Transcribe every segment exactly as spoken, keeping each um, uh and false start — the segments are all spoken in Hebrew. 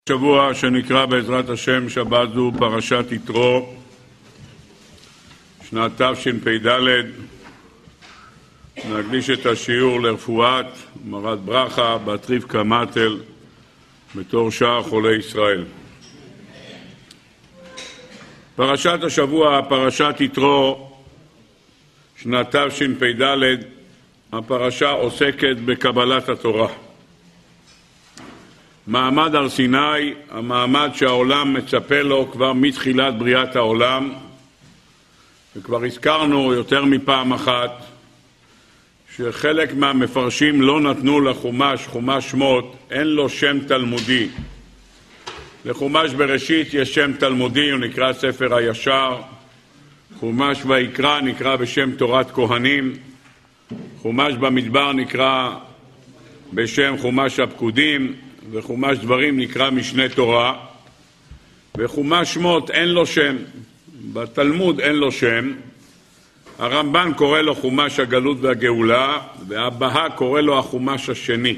שבוע שנקרא בעזרת השם שבת זו פרשת יתרו, שנת תשפ"ד. נקדיש את השיעור לרפואת מרת ברכה בת רבקה מטל בתור שאר חולי ישראל. פרשת השבוע, פרשת יתרו, שנת תשפ"ד, הפרשה עוסקת בקבלת התורה. מעמד הר סיני, המעמד שהעולם מצפה לו כבר מתחילת בריאת העולם, וכבר הזכרנו יותר מפעם אחת שחלק מהמפרשים לא נתנו לחומש, חומש שמות, אין לו שם תלמודי. לחומש בראשית יש שם תלמודי, הוא נקרא ספר הישר. חומש ויקרא נקרא בשם תורת כהנים. חומש במדבר נקרא בשם חומש הפקודים, וחומש דברים נקרא משנה תורה. וחומש שמות אין לו שם, בתלמוד אין לו שם. הרמב"ן קורא לו חומש הגלות והגאולה, והבהג קורא לו החומש השני.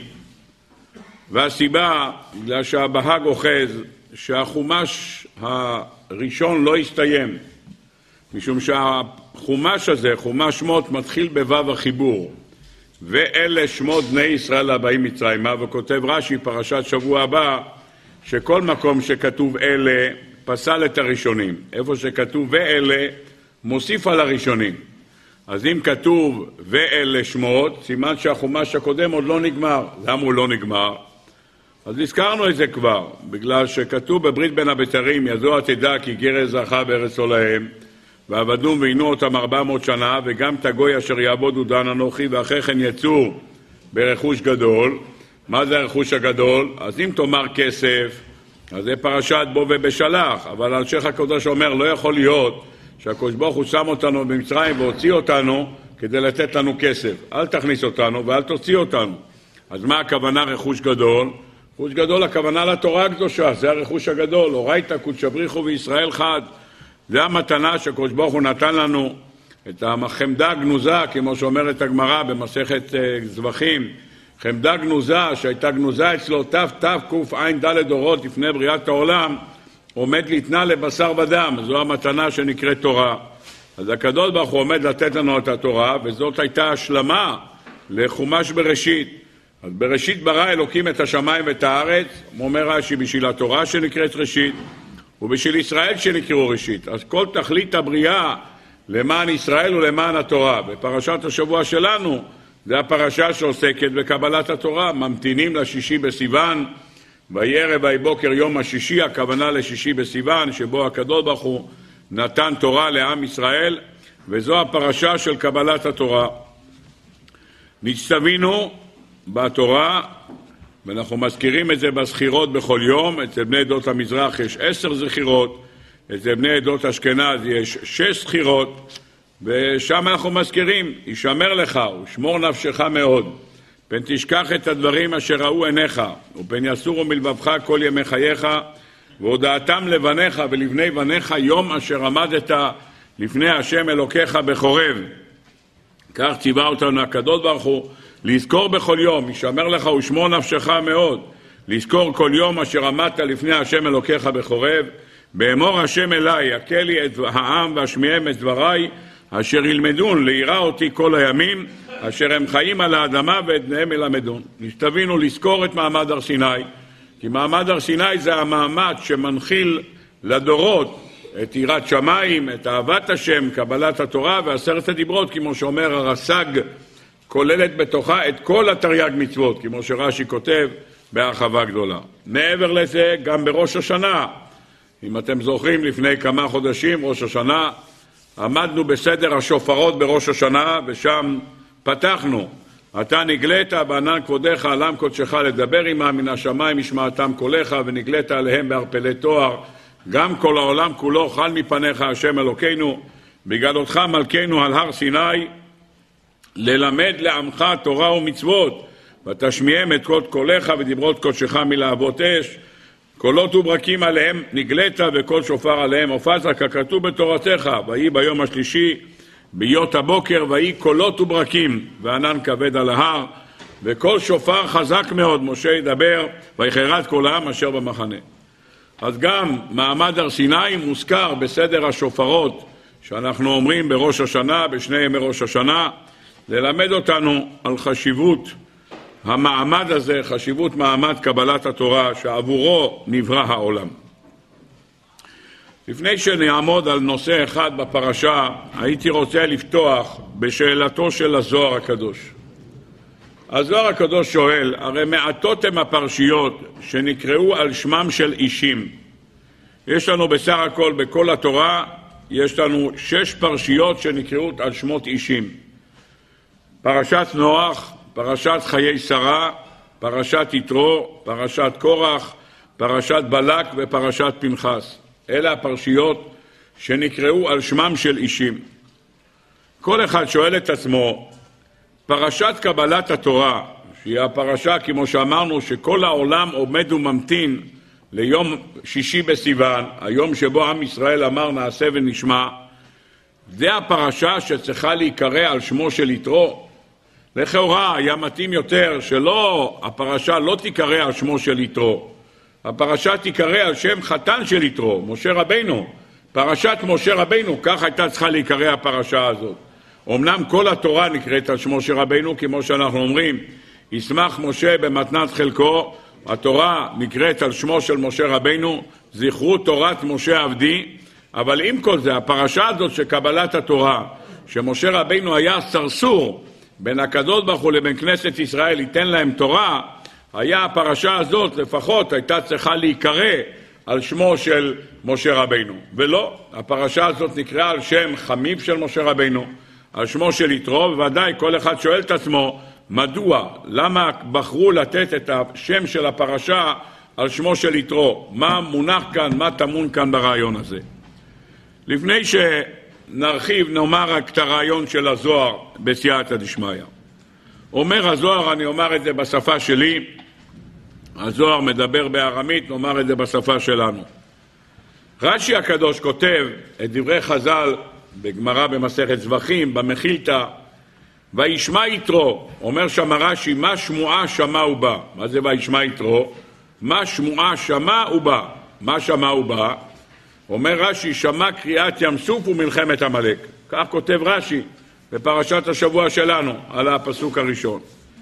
והסיבה, בגלל שהבהג אוחז שהחומש הראשון לא הסתיים, משום שהחומש הזה, חומש שמות, מתחיל בו"ב החיבור, ואלה שמות בני ישראל הבאים מצרימה, וכותב רש"י פרשת שבוע הבא שכל מקום שכתוב אלה פסל את הראשונים, איפה שכתוב ואלה מוסיף על הראשונים. אז אם כתוב ואלה שמות, סימן שהחומש הקודם עוד לא נגמר. למה הוא לא נגמר? אז הזכרנו את זה כבר, בגלל שכתוב בברית בין הבתרים, ידוע תדע כי גר זכה בארץ עולהם, ועבדום ועינו אותם ארבע מאות שנה, וגם תגוי אשר יעבודו דן אנוכי, ואחרי כן יצאו ברכוש גדול. מה זה הרכוש הגדול? אז אם תאמר כסף, אז זה פרשת בו ובשלח, אבל אלשיך הקדוש אומר, לא יכול להיות שהקדוש ברוך הוא שם אותנו במצרים והוציא אותנו כדי לתת לנו כסף. אל תכניס אותנו ואל תוציא אותנו. אז מה הכוונה רכוש גדול? רכוש גדול, הכוונה לתורה הקדושה, זה הרכוש הגדול. אורייתא קודשא בריחו וישראל חד. זה המתנה שהקדוש ברוך הוא נתן לנו, את החמדה הגנוזה, כמו שאומרת הגמרא במסכת זבחים, חמדה גנוזה שהייתה גנוזה אצלו תף תף קוף עין ד' דורות לפני בריאת העולם, עומד להתנה לבשר ודם. זו המתנה שנקראת תורה. אז הקדוש ברוך הוא עומד לתת לנו את התורה, וזאת הייתה השלמה לחומש בראשית. אז בראשית ברא אלוקים את השמיים ואת הארץ, אומר רש"י, בשביל התורה שנקראת ראשית, ובשביל ישראל שנקראו ראשית. אז כל תכלית הבריאה למען ישראל ולמען התורה. בפרשת השבוע שלנו, זה הפרשה שעוסקת בקבלת התורה. ממתינים לשישי בסיוון, ויהי ערב ויהי בוקר יום השישי, הכוונה לשישי בסיוון, שבו הקדוש ברוך הוא נתן תורה לעם ישראל, וזו הפרשה של קבלת התורה. נצטווינו בתורה, ואנחנו מזכירים את זה בזכירות בכל יום. אצל בני עדות המזרח יש עשר זכירות, אצל בני עדות אשכנז יש שש זכירות, ושם אנחנו מזכירים, ישמר לך ושמור נפשך מאוד, פן תשכח את הדברים אשר ראו עיניך, ופן יסורו מלבבך כל ימי חייך, והודעתם לבניך ולבני בניך יום אשר עמדת לפני השם אלוקיך בחורב. כך ציווה אותנו הקדוש ברוך הוא, לזכור בכל יום, ישמר לך ושמור נפשך מאוד, לזכור כל יום אשר עמדת לפני השם אלוקיך בחורב, באמור השם אליי, יקל לי את העם והשמיעם את דבריי, אשר ילמדון ליראה אותי כל הימים, אשר הם חיים על האדמה ואת בניהם ילמדון. נשתווינו לזכור את מעמד הר סיני, כי מעמד הר סיני זה המעמד שמנחיל לדורות את יראת שמיים, את אהבת השם, קבלת התורה ועשרת הדיברות, כמו שאומר הרס"ג, כוללת בתוכה את כל התרי"ג מצוות, כמו שרש"י כותב בהרחבה גדולה. מעבר לזה, גם בראש השנה, אם אתם זוכרים, לפני כמה חודשים, ראש השנה, עמדנו בסדר השופרות בראש השנה, ושם פתחנו, אתה נגלית בענן כבודך, עלם קודשך לדבר עמם, מן השמיים ישמעתם קולך, ונגלית עליהם בהרפלי תואר, גם כל העולם כולו חל מפניך השם אלוקינו, בגלותך מלכנו על הר סיני, ללמד לעמך תורה ומצוות, ותשמיעם את קול קולך ודיברות קודשך מלהבות אש, קולות וברקים עליהם נגלית וקול שופר עליהם הופעת, ככתוב בתורתך, ויהי ביום השלישי ביות הבוקר, ויהי קולות וברקים וענן כבד על ההר, וקול שופר חזק מאוד, משה ידבר ויחרד כל העם אשר במחנה. אז גם מעמד הר סיני מוזכר בסדר השופרות שאנחנו אומרים בראש השנה, בשני ימי ראש השנה, ללמד אותנו על חשיבות המעמד הזה, חשיבות מעמד קבלת התורה שעבורו נברא העולם. לפני שנעמוד על נושא אחד בפרשה, הייתי רוצה לפתוח בשאלתו של הזוהר הקדוש. הזוהר הקדוש שואל, הרי מעטות הם הפרשיות שנקראו על שמם של אישים. יש לנו בסך הכל בכל התורה, יש לנו שש פרשיות שנקראו על שמות אישים. פרשת נוח, פרשת חיי שרה, פרשת יתרו, פרשת קורח, פרשת בלק ופרשת פנחס. אלה הפרשיות שנקראו על שמם של אישים. כל אחד שואל את עצמו, פרשת קבלת התורה, שהיא הפרשה כמו שאמרנו שכל העולם עומד וממתין ליום שישי בסיוון, היום שבו עם ישראל אמר נעשה ונשמע, זה הפרשה שצריכה להיקרא על שמו של יתרו. לכאורה היה מתאים יותר שלא, הפרשה לא תיקרא על שמו של יתרו, הפרשה תיקרא על שם חתן של יתרו, משה רבינו, פרשת משה רבינו, כך הייתה צריכה להיקרא הפרשה הזאת. אמנם כל התורה נקראת על שמו של רבינו, כמו שאנחנו אומרים, ישמח משה במתנת חלקו, התורה נקראת על שמו של משה רבינו, זכרו תורת משה עבדי, אבל עם כל זה, הפרשה הזאת של קבלת התורה, שמשה רבינו היה סרסור בין הקדוש ברוך הוא לבין כנסת ישראל, ייתן להם תורה, היה הפרשה הזאת לפחות הייתה צריכה להיקרא על שמו של משה רבינו. ולא, הפרשה הזאת נקראה על שם חמיו של משה רבינו, על שמו של יתרו, וודאי כל אחד שואל את עצמו, מדוע, למה בחרו לתת את השם של הפרשה על שמו של יתרו? מה מונח כאן, מה תמון כאן ברעיון הזה? לפני שנרחיב, נאמר רק את הרעיון של הזוהר בסייעתא דשמיא. אומר הזוהר, אני אומר את זה בשפה שלי, הזוהר מדבר בארמית, נאמר את זה בשפה שלנו. רש"י הקדוש כותב את דברי חז"ל בגמרא במסכת זבחים, במחילתא, וישמע יתרו, אומר שם רש"י, מה שמועה שמע ובא. מה זה וישמע יתרו? מה שמועה שמע ובא. מה שמע ובא? אומר רש"י, שמע קריאת ים סוף ומלחמת עמלק. כך כותב רש"י בפרשת השבוע שלנו, על הפסוק הראשון.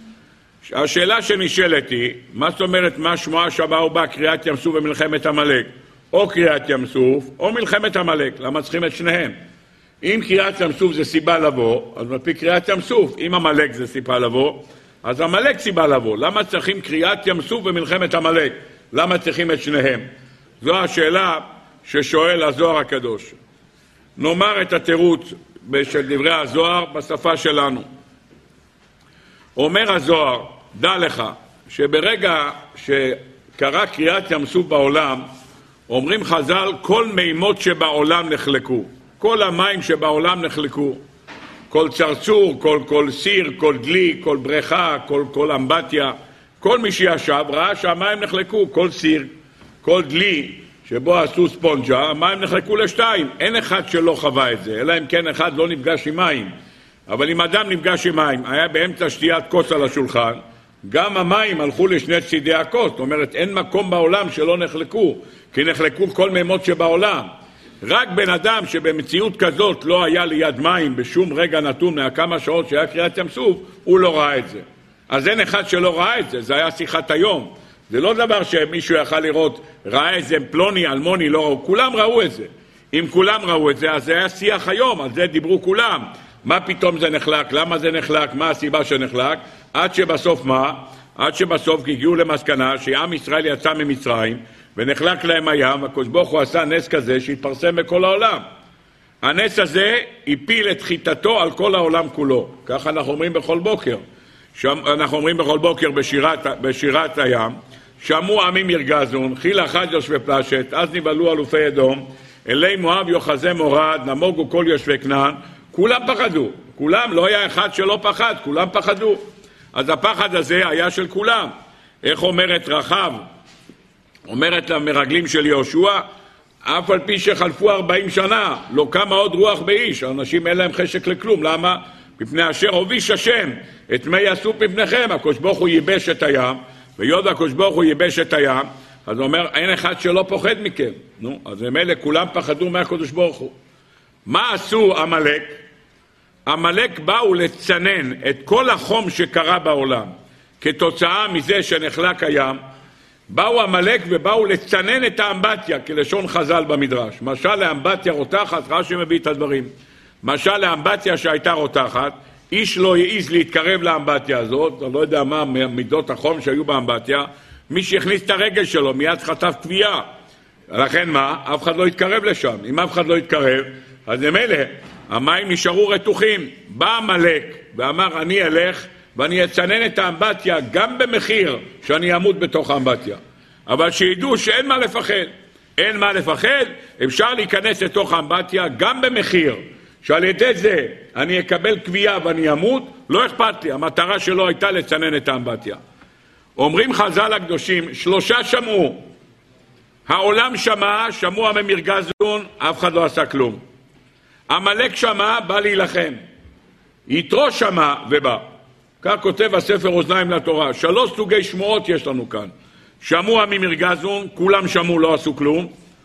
השאלה שנשאלת היא, מה זאת אומרת מה שמועה שמע ובא, קריאת ים סוף ומלחמת עמלק? או קריאת ים סוף או מלחמת עמלק. למה צריכים את שניהם? אם קריאת ים סוף זה סיבה לבוא, אז מפי קריאת ים סוף. אם עמלק זה סיבה לבוא, אז עמלק סיבה לבוא. למה צריכים קריאת ים סוף ומלחמת עמלק? למה צריכים את שניהם? זו השאלה ששואל הזוהר הקדוש. נאמר את התירוץ של דברי הזוהר בשפה שלנו. אומר הזוהר, דע לך שברגע שקרה קריאת ים סוף בעולם, אומרים חז"ל, כל מימות שבעולם נחלקו. כל המים שבעולם נחלקו. כל צרצור, כל, כל סיר, כל דלי, כל בריכה, כל, כל אמבטיה. כל מי שישב ראה שהמים נחלקו. כל סיר, כל דלי שבו עשו ספונג'ה, המים נחלקו לשתיים. אין אחד שלא חווה את זה, אלא אם כן אחד לא נפגש עם מים. אבל אם אדם נפגש עם מים, היה באמצע שתיית כוס על השולחן, גם המים הלכו לשני צידי הכוס. זאת אומרת, אין מקום בעולם שלא נחלקו, כי נחלקו כל מימות שבעולם. רק בן אדם שבמציאות כזאת לא היה ליד מים בשום רגע נתון מהכמה שעות שהיה קריאת ים סוף, הוא לא ראה את זה. אז אין אחד שלא ראה את זה, זה היה שיחת היום. זה לא דבר שמישהו יכל לראות, ראה איזה פלוני, אלמוני, לא ראו, כולם ראו את זה. אם כולם ראו את זה, אז זה היה שיח היום, על זה דיברו כולם. מה פתאום זה נחלק, למה זה נחלק, מה הסיבה שנחלק, עד שבסוף מה? עד שבסוף הגיעו למסקנה שעם ישראל יצא ממצרים, ונחלק להם הים, הקדוש ברוך הוא עשה נס כזה שהתפרסם בכל העולם. הנס הזה הפיל את חיטתו על כל העולם כולו. ככה אנחנו אומרים בכל בוקר. שם, אנחנו אומרים בכל בוקר בשירת, בשירת הים, שמעו עמים ירגזון, חיל אחד יושבי פלשת, אז נבהלו אלופי אדום, אלי מואב יוחזי מורד, נמוגו כל יושבי כנען, כולם פחדו. כולם, לא היה אחד שלא פחד, כולם פחדו. אז הפחד הזה היה של כולם. איך אומרת רחב? אומרת למרגלים של יהושע, אף על פי שחלפו ארבעים שנה, לא קמה עוד רוח באיש. האנשים אין להם חשק לכלום. למה? מפני אשר הוביש השם, את מי יעשו מפניכם. הקדוש ברוך הוא ייבש את הים, ויודע הקדוש ברוך הוא ייבש את הים, אז הוא אומר, אין אחד שלא פוחד מכם. נו, אז ממילא כולם פחדו מהקדוש ברוך הוא. מה עשו עמלק? עמלק באו לצנן את כל החום שקרה בעולם, כתוצאה מזה שנחלק הים, באו עמלק ובאו לצנן את האמבטיה, כלשון חז"ל במדרש. משל לאמבטיה רותחת, רש"י מביא את הדברים. משל לאמבטיה שהייתה רותחת, איש לא העז להתקרב לאמבטיה הזאת, אני לא יודע מה מידות החום שהיו באמבטיה, מי שהכניס את הרגל שלו מיד חטף תביעה. לכן מה? אף אחד לא יתקרב לשם. אם אף אחד לא יתקרב, אז ממילא המים נשארו רתוחים. בא עמלק ואמר, אני אלך ואני אצנן את האמבטיה גם במחיר שאני אמות בתוך האמבטיה. אבל שידעו שאין מה לפחד. אין מה לפחד, אפשר להיכנס לתוך האמבטיה גם במחיר שעל ידי זה אני אקבל קביעה ואני אמות, לא אכפת לי. המטרה שלו הייתה לצנן את האמבטיה. אומרים חז"ל הקדושים, שלושה שמעו. העולם שמע, שמעו הממיר גזלון, אף אחד לא עשה כלום. עמלק שמע, בא להילחם. יתרו שמע ובא. כך כותב הספר אוזניים לתורה. שלוש סוגי שמועות יש לנו כאן. שמעו הממיר גזלון, כולם שמעו, לא עשו כלום.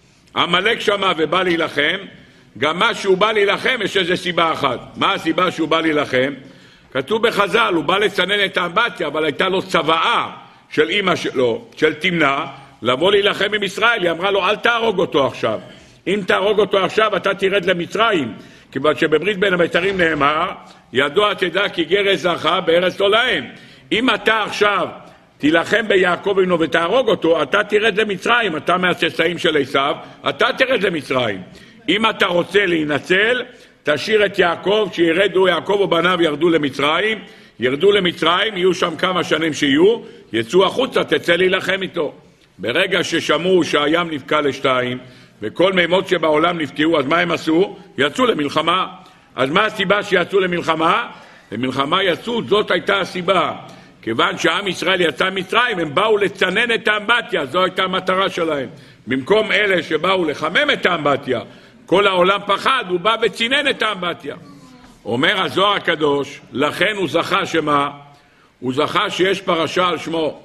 עמלק שמע ובא להילחם. גם מה שהוא בא להילחם יש איזו סיבה אחת. מה הסיבה שהוא בא להילחם? כתוב בחז"ל, הוא בא לצנן את האמבטיה, אבל הייתה לו צוואה של אמא שלו, של תמנה, לבוא להילחם עם ישראל. היא אמרה לו, אל תהרוג אותו עכשיו. אם תהרוג אותו עכשיו, אתה תרד למצרים. כיוון שבברית בין המצרים נאמר, ידוע תדע כי גר זרעך בארץ לא להם. אם אתה עכשיו תילחם ביעקב אבינו ותהרוג אותו, אתה תרד למצרים. אתה מהצאצאים של עשיו, אתה תרד למצרים. אם אתה רוצה להינצל, תשאיר את יעקב, שירדו יעקב ובניו ירדו למצרים, ירדו למצרים, יהיו שם כמה שנים שיהיו, יצאו החוצה, תצא להילחם איתו. ברגע ששמעו שהים נפקע לשתיים, וכל מימות שבעולם נפקעו, אז מה הם עשו? יצאו למלחמה. אז מה הסיבה שיצאו למלחמה? למלחמה יצאו, זאת הייתה הסיבה. כיוון שעם ישראל יצא מצרים, הם באו לצנן את האמבטיה, זו הייתה המטרה שלהם. במקום אלה שבאו לחמם את האמבטיה, כל העולם פחד, הוא בא וצינן את האמבטיה. אומר הזוהר הקדוש, לכן הוא זכה שמה? הוא זכה שיש פרשה על שמו.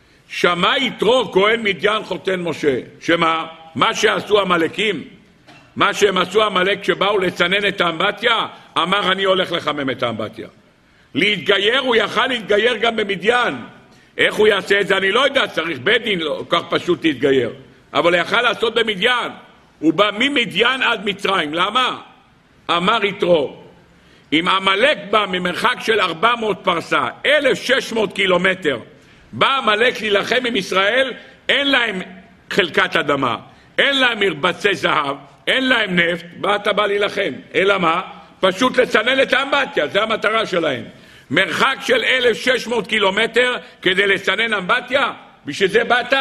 שמע יתרו כהן מדיין חותן משה. שמה? מה שעשו המלאקים, מה שהם עשו המלאק שבאו לצנן את האמבטיה, אמר אני הולך לחמם את האמבטיה. להתגייר, הוא יכל להתגייר גם במדיין. איך הוא יעשה את זה? אני לא יודע, צריך בית דין, לא כך פשוט להתגייר. אבל הוא יכל לעשות במדיין. הוא בא ממדיין עד מצרים. למה? אמר יתרו, אם עמלק בא ממרחק של ארבע מאות פרסה, אלף ושש מאות קילומטר, בא עמלק להילחם עם ישראל, אין להם חלקת אדמה, אין להם מרבצי זהב, אין להם נפט, בא אתה בא להילחם. אלא מה? פשוט לצנן את האמבטיה, זה המטרה שלהם. מרחק של אלף ושש מאות קילומטר כדי לצנן אמבטיה, בשביל זה באת?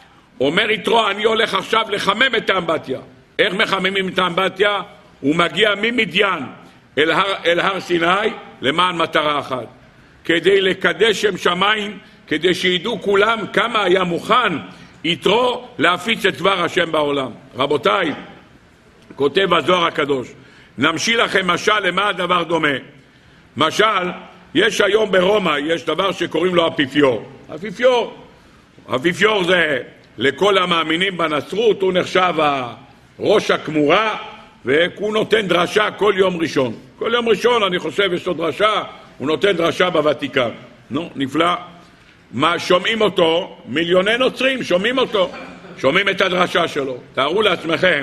אומר יתרו, אני הולך עכשיו לחמם את האמבטיה. איך מחממים את האמבטיה? הוא מגיע ממדיין אל הר, אל הר סיני למען מטרה אחת. כדי לקדש שם שמיים, כדי שידעו כולם כמה היה מוכן יתרו להפיץ את דבר השם בעולם. רבותיי, כותב הזוהר הקדוש, נמשיל לכם משל למה הדבר דומה. משל, יש היום ברומא, יש דבר שקוראים לו אפיפיור. אפיפיור. אפיפיור זה לכל המאמינים בנצרות, הוא נחשב ראש הכמורה, והוא נותן דרשה כל יום ראשון. כל יום ראשון, אני חושב, יש לו דרשה, הוא נותן דרשה בוותיקן. נו, נפלא. מה, שומעים אותו? מיליוני נוצרים שומעים אותו. שומעים את הדרשה שלו. תארו לעצמכם,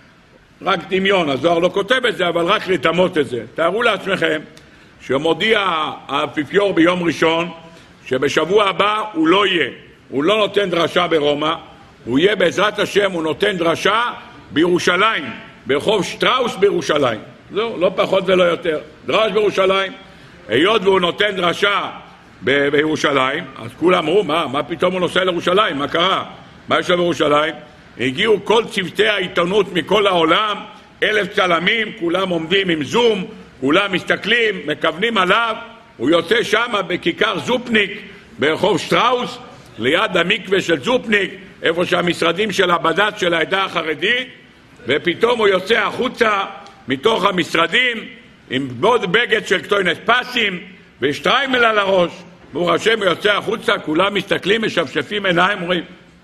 רק דמיון, הזוהר לא כותב את זה, אבל רק לתמות את זה. תארו לעצמכם, שמודיע האפיפיור ביום ראשון, שבשבוע הבא הוא לא יהיה. הוא לא נותן דרשה ברומא, הוא יהיה בעזרת השם, הוא נותן דרשה בירושלים, ברחוב שטראוס בירושלים. זהו, לא פחות ולא יותר. דרש בירושלים. היות והוא נותן דרשה ב- בירושלים, אז כולם אמרו, מה, מה פתאום הוא נוסע לירושלים? מה קרה? מה יש לו בירושלים? הגיעו כל צוותי העיתונות מכל העולם, אלף צלמים, כולם עומדים עם זום, כולם מסתכלים, מכוונים עליו, הוא יוצא שם בכיכר זופניק, ברחוב שטראוס, ליד המקווה של זופניק, איפה שהמשרדים של הבד"ץ של העדה החרדית, ופתאום הוא יוצא החוצה מתוך המשרדים, עם בוד בגד של קטוינת פסים, ושטריימל על הראש, ברוך השם הוא יוצא החוצה, כולם מסתכלים, משפשפים עיניים, אומרים,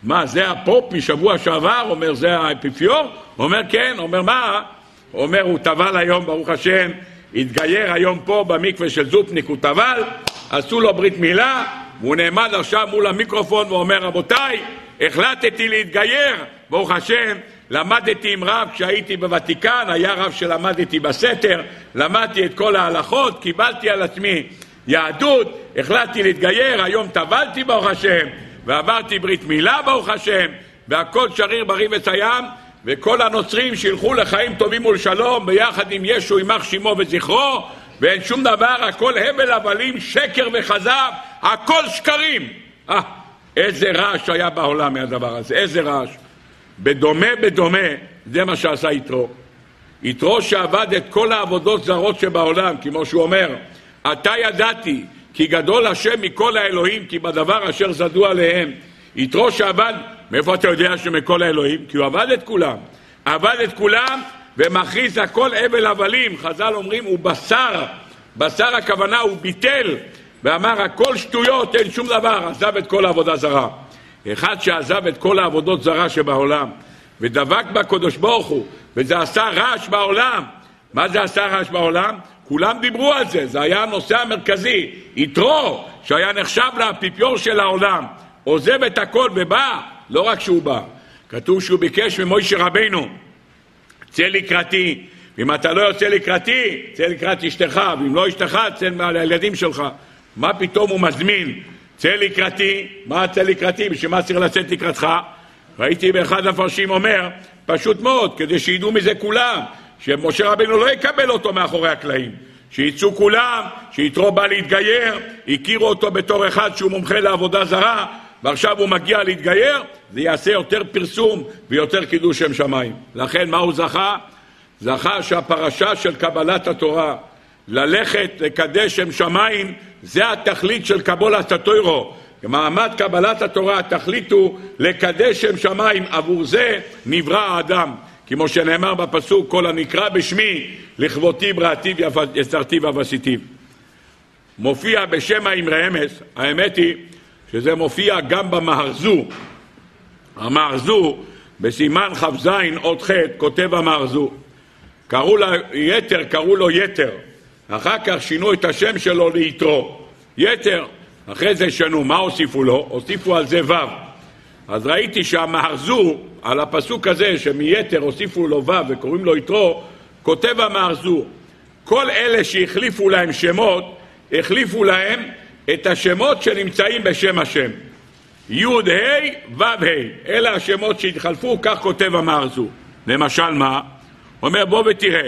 מה, זה הפופ משבוע שעבר? אומר, זה האפיפיור? אומר, כן. אומר, מה? אומר, הוא טבל היום, ברוך השם, התגייר היום פה במקווה של זופניק, הוא טבל, עשו לו ברית מילה, והוא נעמד עכשיו מול המיקרופון ואומר, רבותיי, החלטתי להתגייר, ברוך השם, למדתי עם רב כשהייתי בוותיקן, היה רב שלמדתי בסתר, למדתי את כל ההלכות, קיבלתי על עצמי יהדות, החלטתי להתגייר, היום טבלתי ברוך השם, ועברתי ברית מילה ברוך השם, והכל שריר בריא וציים, וכל הנוצרים שילכו לחיים טובים ולשלום, ביחד עם ישו, יימח שמו וזכרו, ואין שום דבר, הכל הבל הבלים, שקר וחזב, הכל שקרים. אה, איזה רעש היה בעולם מהדבר הזה, איזה רעש. בדומה בדומה, זה מה שעשה יתרו. יתרו שעבד את כל העבודות זרות שבעולם, כמו שהוא אומר, אתה ידעתי, כי גדול השם מכל האלוהים, כי בדבר אשר זדו עליהם. יתרו שעבד, מאיפה אתה יודע שמכל האלוהים? כי הוא עבד את כולם. עבד את כולם ומכריז הכל הבל הבלים. חז"ל אומרים, הוא בשר. בשר הכוונה, הוא ביטל. ואמר, הכל שטויות, אין שום דבר. עזב את כל העבודה זרה. אחד שעזב את כל העבודות זרה שבעולם, ודבק בקדוש ברוך הוא, וזה עשה רעש בעולם. מה זה עשה רעש בעולם? כולם דיברו על זה, זה היה הנושא המרכזי. יתרו, שהיה נחשב לאפיפיור של העולם, עוזב את הכל ובא, לא רק שהוא בא. כתוב שהוא ביקש ממוישה רבינו, צא לקראתי, ואם אתה לא יוצא לקראתי, צא לקראת אשתך, ואם לא אשתך, צא מעל הילדים שלך. מה פתאום הוא מזמין? צא לקראתי, מה צא לקראתי? בשביל מה צריך לצאת לקראתך? ראיתי באחד הפרשים אומר, פשוט מאוד, כדי שידעו מזה כולם, שמשה רבינו לא יקבל אותו מאחורי הקלעים, שיצאו כולם, שיתרו בא להתגייר, הכירו אותו בתור אחד שהוא מומחה לעבודה זרה, ועכשיו הוא מגיע להתגייר, זה יעשה יותר פרסום ויותר קידוש שם שמיים. לכן מה הוא זכה? זכה שהפרשה של קבלת התורה, ללכת לקדש שם שמיים, זה התכלית של קבלת התורה. במעמד קבלת התורה התכלית הוא לקדש שם שמיים, עבור זה נברא האדם. כמו שנאמר בפסוק, כל הנקרא בשמי, לכבותי בראתי יצרתי ועשיתי. מופיע בשם האמרי אמס, האמת היא שזה מופיע גם במהרזו. המהרזו, בסימן ח"ז עוד ח' כותב המהרזו. קראו לו יתר, קראו לו יתר. אחר כך שינו את השם שלו ליתרו. יתר, אחרי זה שנו, מה הוסיפו לו? הוסיפו על זה ו'. אז ראיתי שהמהרזו, על הפסוק הזה שמייתר הוסיפו לו ו' וקוראים לו יתרו, כותב המהרזו, כל אלה שהחליפו להם שמות, החליפו להם את השמות שנמצאים בשם השם. י' ה' ו' ה', אלה השמות שהתחלפו, כך כותב המהרזו. למשל מה? הוא אומר בוא ותראה,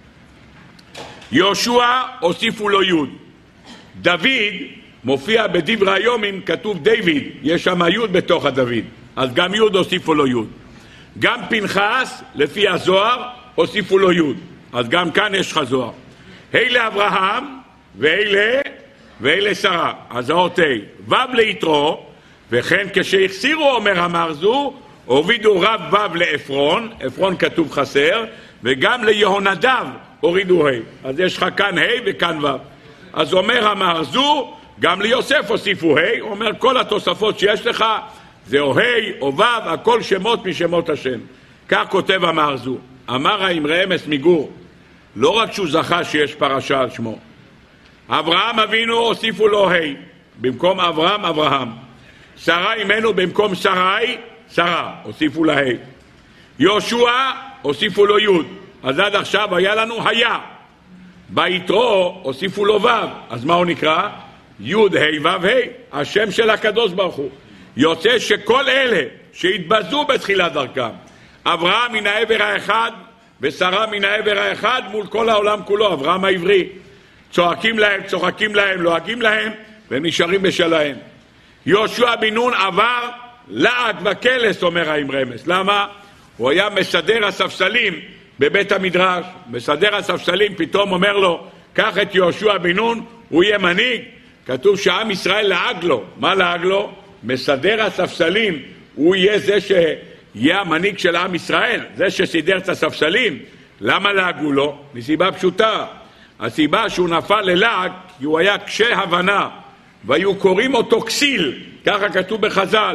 יהושע הוסיפו לו י', דוד מופיע בדברי היומים, כתוב דיוויד, יש שם י' בתוך הדוד, אז גם י' הוסיפו לו י'. גם פנחס, לפי הזוהר, הוסיפו לו י', אז גם כאן יש לך זוהר. ה' לאברהם, וה' וה' לשרה, אז האות ה', ו' ליתרו, וכן כשהחסירו, אומר המהרזו, הורידו רב ו' לעפרון, עפרון כתוב חסר, וגם ליהונדב הורידו ה', אז יש לך כאן ה' וכאן ו'. אז אומר המהרזו, גם ליוסף הוסיפו ה', הוא אומר כל התוספות שיש לך, זה או ה' או ו', הכל שמות משמות השם. כך כותב המהרזו. אמר האמרי אמס מגור, לא רק שהוא זכה שיש פרשה על שמו, אברהם אבינו הוסיפו לו ה', במקום אברהם אברהם. שרה אימנו במקום שרי, שרה, הוסיפו לה ה'. יהושע הוסיפו לו י', אז עד עכשיו היה לנו היה. ביתרו הוסיפו לו ו', אז מה הוא נקרא? י' ה' ו' ה', השם של הקדוש ברוך הוא. יוצא שכל אלה שהתבזו בתחילת דרכם, אברהם מן העבר האחד ושרה מן העבר האחד מול כל העולם כולו, אברהם העברי, צועקים להם, צוחקים להם, לועגים להם, והם נשארים בשלהם. יהושע בן נון עבר לעג וקלס, אומר האמרי אמס. למה? הוא היה מסדר הספסלים בבית המדרש, מסדר הספסלים, פתאום אומר לו, קח את יהושע בן נון, הוא יהיה מנהיג. כתוב שעם ישראל לעג לו. מה לעג לו? מסדר הספסלים, הוא יהיה זה שיהיה המנהיג של עם ישראל, זה שסידר את הספסלים. למה לעגו לו? מסיבה פשוטה. הסיבה שהוא נפל ללעג, כי הוא היה קשה הבנה, והיו קוראים אותו כסיל, ככה כתוב בחז"ל.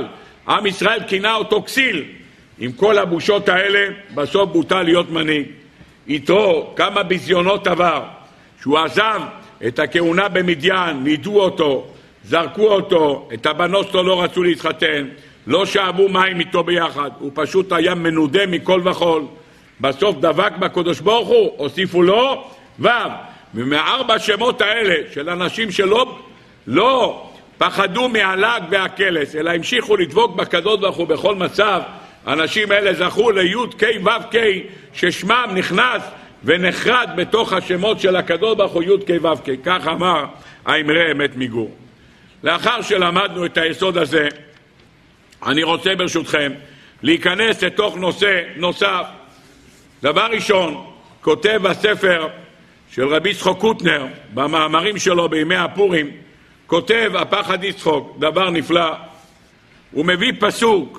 עם ישראל כינה אותו כסיל. עם כל הבושות האלה, בסוף בוטה להיות מנהיג. יתרו כמה ביזיונות עבר, שהוא עזב את הכהונה במדיין, נידו אותו, זרקו אותו, את הבנות שלו לא רצו להתחתן, לא שאבו מים איתו ביחד, הוא פשוט היה מנודה מכל וכל. בסוף דבק בקדוש ברוך הוא, הוסיפו לו ו'. ומארבע שמות האלה של אנשים שלא לא פחדו מהלג והקלס, אלא המשיכו לדבוק בקדוש ברוך הוא בכל מצב, האנשים האלה זכו ליוד קי וו קי, ששמם נכנס ונחרד בתוך השמות של הקדוש ברוך הוא יוד קי וו קי. כך אמר האמרי אמת מגור. לאחר שלמדנו את היסוד הזה, אני רוצה ברשותכם להיכנס לתוך נושא נוסף. דבר ראשון, כותב הספר של רבי יצחק קוטנר במאמרים שלו בימי הפורים, כותב הפחד יצחק דבר נפלא. הוא מביא פסוק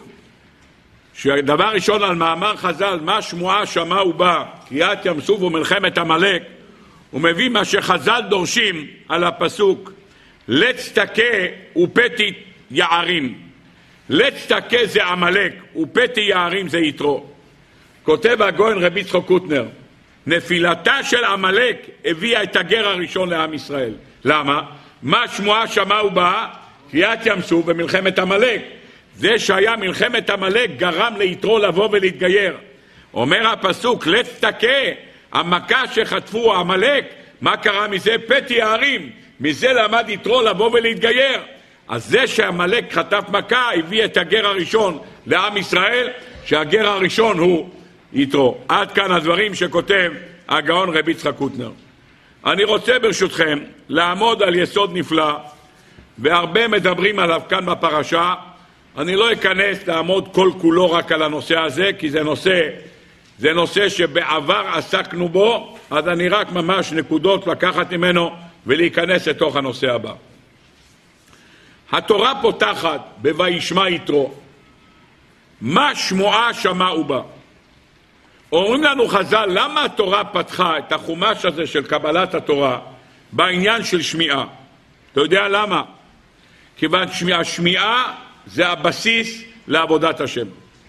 שדבר ראשון על מאמר חז"ל, מה שמועה שמע ובא, קריאת ים סוף ומלחמת עמלק. הוא מביא מה שחז"ל דורשים על הפסוק, לץ תכה ופתי יערים. לץ תכה זה עמלק ופתי יערים זה יתרו. כותב הגאון רבי יצחק קוטנר, נפילתה של עמלק הביאה את הגר הראשון לעם ישראל. למה? מה שמועה שמע ובא, קריאת ים סוף ומלחמת עמלק. זה שהיה מלחמת עמלק גרם ליתרו לבוא ולהתגייר. אומר הפסוק, לץ תכה, המכה שחטפו עמלק, מה קרה מזה? פתי יערים. מזה למד יתרו לבוא ולהתגייר. אז זה שעמלק חטף מכה הביא את הגר הראשון לעם ישראל, שהגר הראשון הוא יתרו. עד כאן הדברים שכותב הגאון רבי יצחק קוטנר. אני רוצה ברשותכם לעמוד על יסוד נפלא, והרבה מדברים עליו כאן בפרשה. אני לא אכנס לעמוד כל כולו רק על הנושא הזה, כי זה נושא, זה נושא שבעבר עסקנו בו, אז אני רק ממש נקודות לקחת ממנו ולהיכנס לתוך הנושא הבא. התורה פותחת בוישמע יתרו. מה שמועה שמע ובא. אומרים לנו חז"ל, למה התורה פתחה את החומש הזה של קבלת התורה בעניין של שמיעה? אתה יודע למה? כיוון שהשמיעה זה הבסיס לעבודת השם.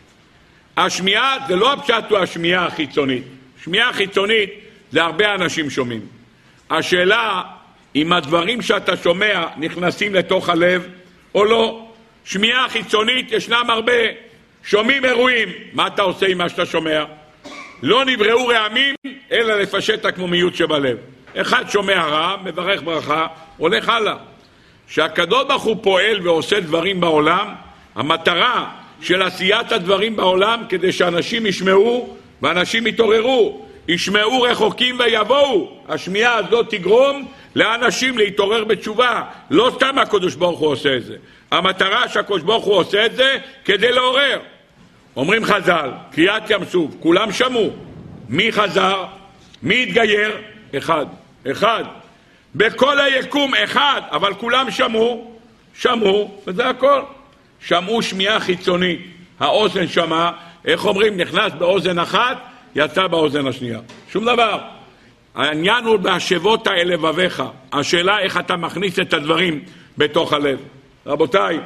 השמיעה זה לא הפשט הוא השמיעה החיצונית. שמיעה חיצונית זה הרבה אנשים שומעים. השאלה אם הדברים שאתה שומע נכנסים לתוך הלב או לא. שמיעה חיצונית ישנם הרבה. שומעים אירועים, מה אתה עושה עם מה שאתה שומע? לא נבראו רעמים אלא לפשט הקמומיות שבלב. אחד שומע רע, מברך ברכה, הולך הלאה. שהקדוש ברוך הוא פועל ועושה דברים בעולם, המטרה של עשיית הדברים בעולם כדי שאנשים ישמעו ואנשים יתעוררו. ישמעו רחוקים ויבואו. השמיעה הזאת תגרום לאנשים להתעורר בתשובה. לא סתם הקדוש ברוך הוא עושה את זה. המטרה שהקדוש ברוך הוא עושה את זה כדי לעורר. אומרים חז"ל, קריאת ים סוף, כולם שמעו. מי חזר? מי התגייר? אחד. אחד. בכל היקום אחד, אבל כולם שמעו. שמעו, וזה הכל. שמעו שמיעה חיצונית. האוזן שמע, איך אומרים? נכנס באוזן אחת, יצא באוזן השנייה. שום דבר. העניין הוא בהשבות האלה לבביך. השאלה איך אתה מכניס את הדברים בתוך הלב. רבותיי,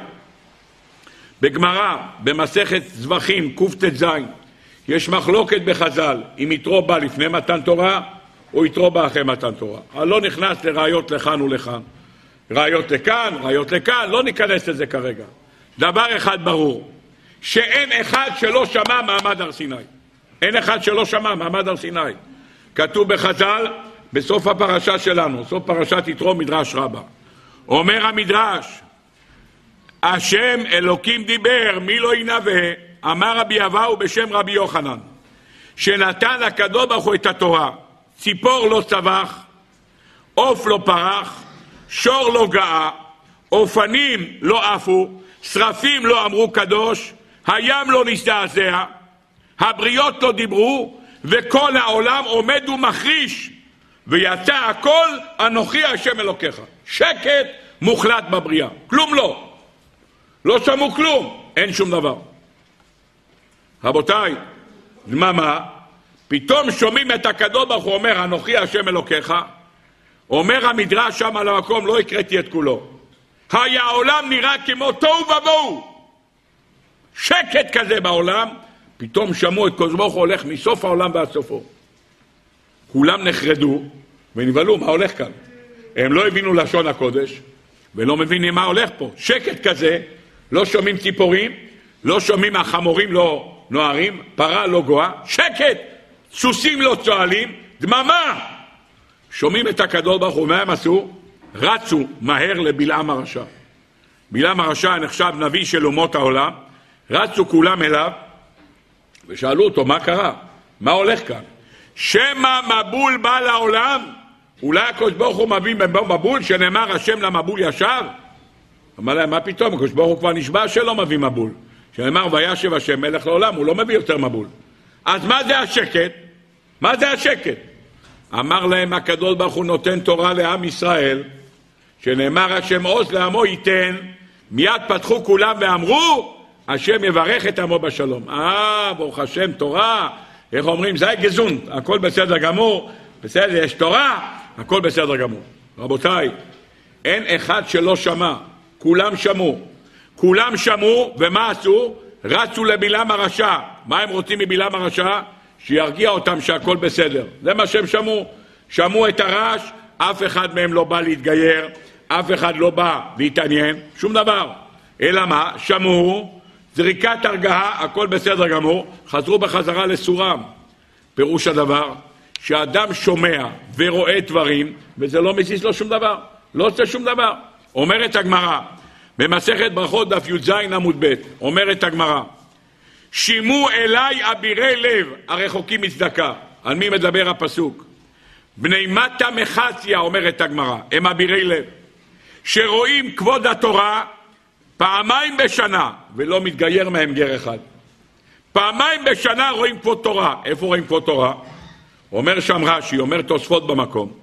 בגמרא, במסכת זבחים, קט"ז, יש מחלוקת בחז"ל, אם יתרו בא לפני מתן תורה, או יתרו בא אחרי מתן תורה. אני לא נכנס לראיות לכאן ולכאן. ראיות לכאן, ראיות לכאן, לא ניכנס לזה כרגע. דבר אחד ברור, שאין אחד שלא שמע מעמד הר סיני. אין אחד שלא שמע מעמד הר סיני. כתוב בחז"ל, בסוף הפרשה שלנו, סוף פרשת יתרו מדרש רבה. אומר המדרש, השם אלוקים דיבר, מי לא ינבא, אמר רבי אבאו בשם רבי יוחנן, שנתן הקדוש ברוך הוא את התורה, ציפור לא צבח, עוף לא פרח, שור לא גאה, אופנים לא עפו, שרפים לא אמרו קדוש, הים לא נזדעזע, הבריות לא דיברו, וכל העולם עומד ומחריש, ויצא הכל אנוכי השם אלוקיך. שקט מוחלט בבריאה, כלום לא. לא שמעו כלום, אין שום דבר. רבותיי, דממה, פתאום שומעים את הקדוש ברוך הוא אומר, אנוכי השם אלוקיך. אומר המדרש שם על המקום, לא הקראתי את כולו. היה העולם נראה כמו תוהו ובוהו. שקט כזה בעולם, פתאום שמעו את קדוש ברוך הוא הולך מסוף העולם ועד סופו. כולם נחרדו ונבהלו, מה הולך כאן? הם לא הבינו לשון הקודש, ולא מבינים מה הולך פה. שקט כזה, לא שומעים ציפורים, לא שומעים החמורים לא נוערים, פרה לא גואה, שקט, סוסים לא צועלים, דממה. שומעים את הקדוש ברוך הוא, מה הם עשו? רצו מהר לבלעם הרשע. בלעם הרשע נחשב נביא של אומות העולם, רצו כולם אליו, ושאלו אותו, מה קרה? מה הולך כאן? שמא מבול בא לעולם? אולי הקדוש ברוך הוא מביא מבול, שנאמר השם למבול ישב? אמר להם, מה פתאום? הקדוש ברוך הוא כבר נשבע שלא מביא מבול. שנאמר וישב השם מלך לעולם, הוא לא מביא יותר מבול. אז מה זה השקט? מה זה השקט? אמר להם, הקדוש ברוך הוא נותן תורה לעם ישראל, שנאמר השם עוז לעמו ייתן, מיד פתחו כולם ואמרו, השם יברך את עמו בשלום. אה, ברוך השם, תורה, איך אומרים, זה גזון, הכל בסדר גמור, בסדר, יש תורה, הכל בסדר גמור. רבותיי, אין אחד שלא שמע, כולם שמעו. כולם שמעו, ומה עשו? רצו לבלעם הרשע. מה הם רוצים מבלעם הרשע? שירגיע אותם שהכל בסדר. זה מה שהם שמעו. שמעו את הרעש, אף אחד מהם לא בא להתגייר, אף אחד לא בא להתעניין, שום דבר. אלא מה? שמעו, זריקת הרגעה, הכל בסדר גמור, חזרו בחזרה לסורם. פירוש הדבר, שאדם שומע ורואה דברים, וזה לא מזיז לו שום דבר, לא עושה שום דבר. אומרת הגמרא, במסכת ברכות דף י"ז עמוד ב', אומרת הגמרא, שימו אליי אבירי לב הרחוקים מצדקה. על מי מדבר הפסוק? בני מטה מחסיה, אומרת הגמרא, הם אבירי לב, שרואים כבוד התורה פעמיים בשנה, ולא מתגייר מהם גר אחד. פעמיים בשנה רואים כבוד תורה. איפה רואים כבוד תורה? אומר שם רש"י, אומר תוספות במקום.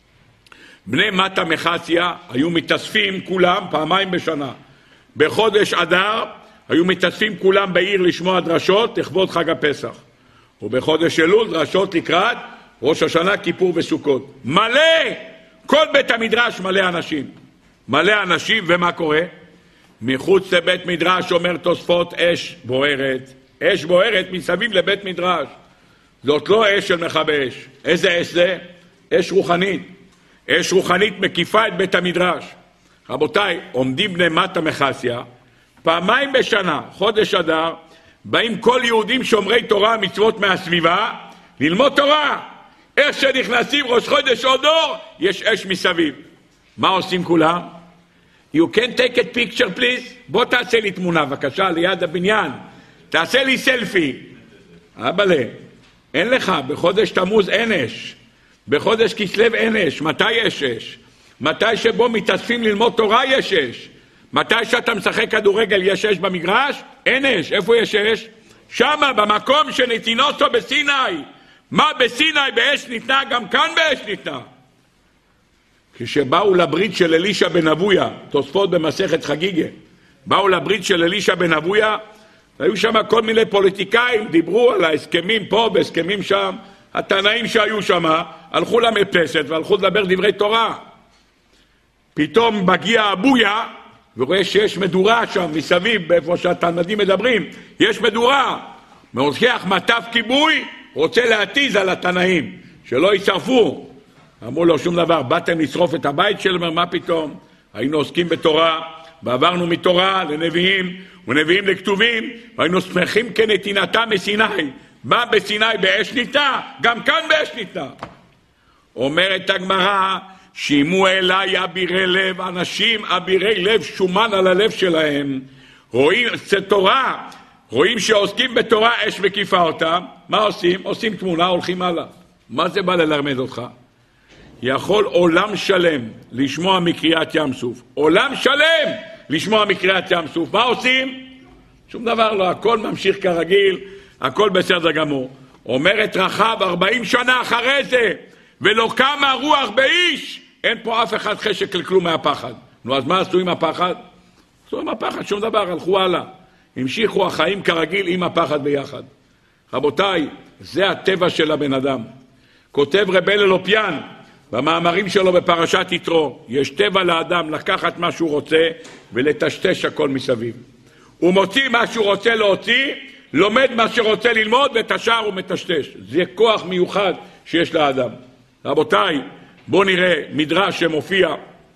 בני מטה מחסיה היו מתאספים כולם פעמיים בשנה. בחודש אדר היו מתאספים כולם בעיר לשמוע דרשות לכבוד חג הפסח. ובחודש אלול דרשות לקראת ראש השנה, כיפור וסוכות. מלא, כל בית המדרש מלא אנשים. מלא אנשים, ומה קורה? מחוץ לבית מדרש, אומר תוספות, אש בוערת. אש בוערת מסביב לבית מדרש. זאת לא אש של מכבי אש. איזה אש זה? אש רוחנית. אש רוחנית מקיפה את בית המדרש. רבותיי, עומדים בני מטה מחסיה, פעמיים בשנה, חודש אדר, באים כל יהודים שומרי תורה מצוות מהסביבה, ללמוד תורה. איך שנכנסים ראש חודש עוד אור, יש אש מסביב. מה עושים כולם? You can take a picture please? בוא תעשה לי תמונה, בבקשה, ליד הבניין. תעשה לי סלפי. אבאלה, אין לך, בחודש תמוז אין אש. בחודש כסלו אין אש. מתי יש אש? מתי שבו מתאספים ללמוד תורה יש אש. מתי שאתה משחק כדורגל יש אש במגרש? אין אש. איפה יש אש? שמה, במקום שנתינותו בסיני. מה בסיני באש ניתנה? גם כאן באש ניתנה. כשבאו לברית של אלישע בן אבויה, תוספות במסכת חגיגה, באו לברית של אלישע בן אבויה, היו שם כל מיני פוליטיקאים, דיברו על ההסכמים פה והסכמים שם, התנאים שהיו שם, הלכו למרפסת והלכו לדבר דברי תורה. פתאום מגיע אבויה, ורואה שיש מדורה שם מסביב, באיפה שהתלמידים מדברים, יש מדורה. מרוקח מטף כיבוי, רוצה להתיז על התנאים, שלא ישרפו. אמרו לו שום דבר, באתם לשרוף את הבית שלהם, מה פתאום? היינו עוסקים בתורה, ועברנו מתורה לנביאים, ונביאים לכתובים, והיינו שמחים כנתינתה מסיני. מה בסיני באש ניתנה? גם כאן באש ניתנה. אומרת הגמרא, שימו אליי אבירי לב, אנשים אבירי לב, שומן על הלב שלהם, רואים את תורה, רואים שעוסקים בתורה, אש מקיפה אותם, מה עושים? עושים תמונה, הולכים הלאה. מה זה בא ללמד אותך? יכול עולם שלם לשמוע מקריאת ים סוף. עולם שלם לשמוע מקריאת ים סוף. מה עושים? שום דבר לא, הכל ממשיך כרגיל, הכל בסדר גמור. אומרת רחב ארבעים שנה אחרי זה, ולא קמה רוח באיש, אין פה אף אחד חשק לכלום מהפחד. נו, אז מה עשו עם הפחד? עשו עם הפחד, שום דבר, הלכו הלאה. המשיכו החיים כרגיל עם הפחד ביחד. רבותיי, זה הטבע של הבן אדם. כותב רב הלל אופיין, במאמרים שלו בפרשת יתרו, יש טבע לאדם לקחת מה שהוא רוצה ולטשטש הכל מסביב. הוא מוציא מה שהוא רוצה להוציא, לומד מה שרוצה ללמוד, ואת השאר הוא מטשטש. זה כוח מיוחד שיש לאדם. רבותיי, בואו נראה מדרש שמופיע,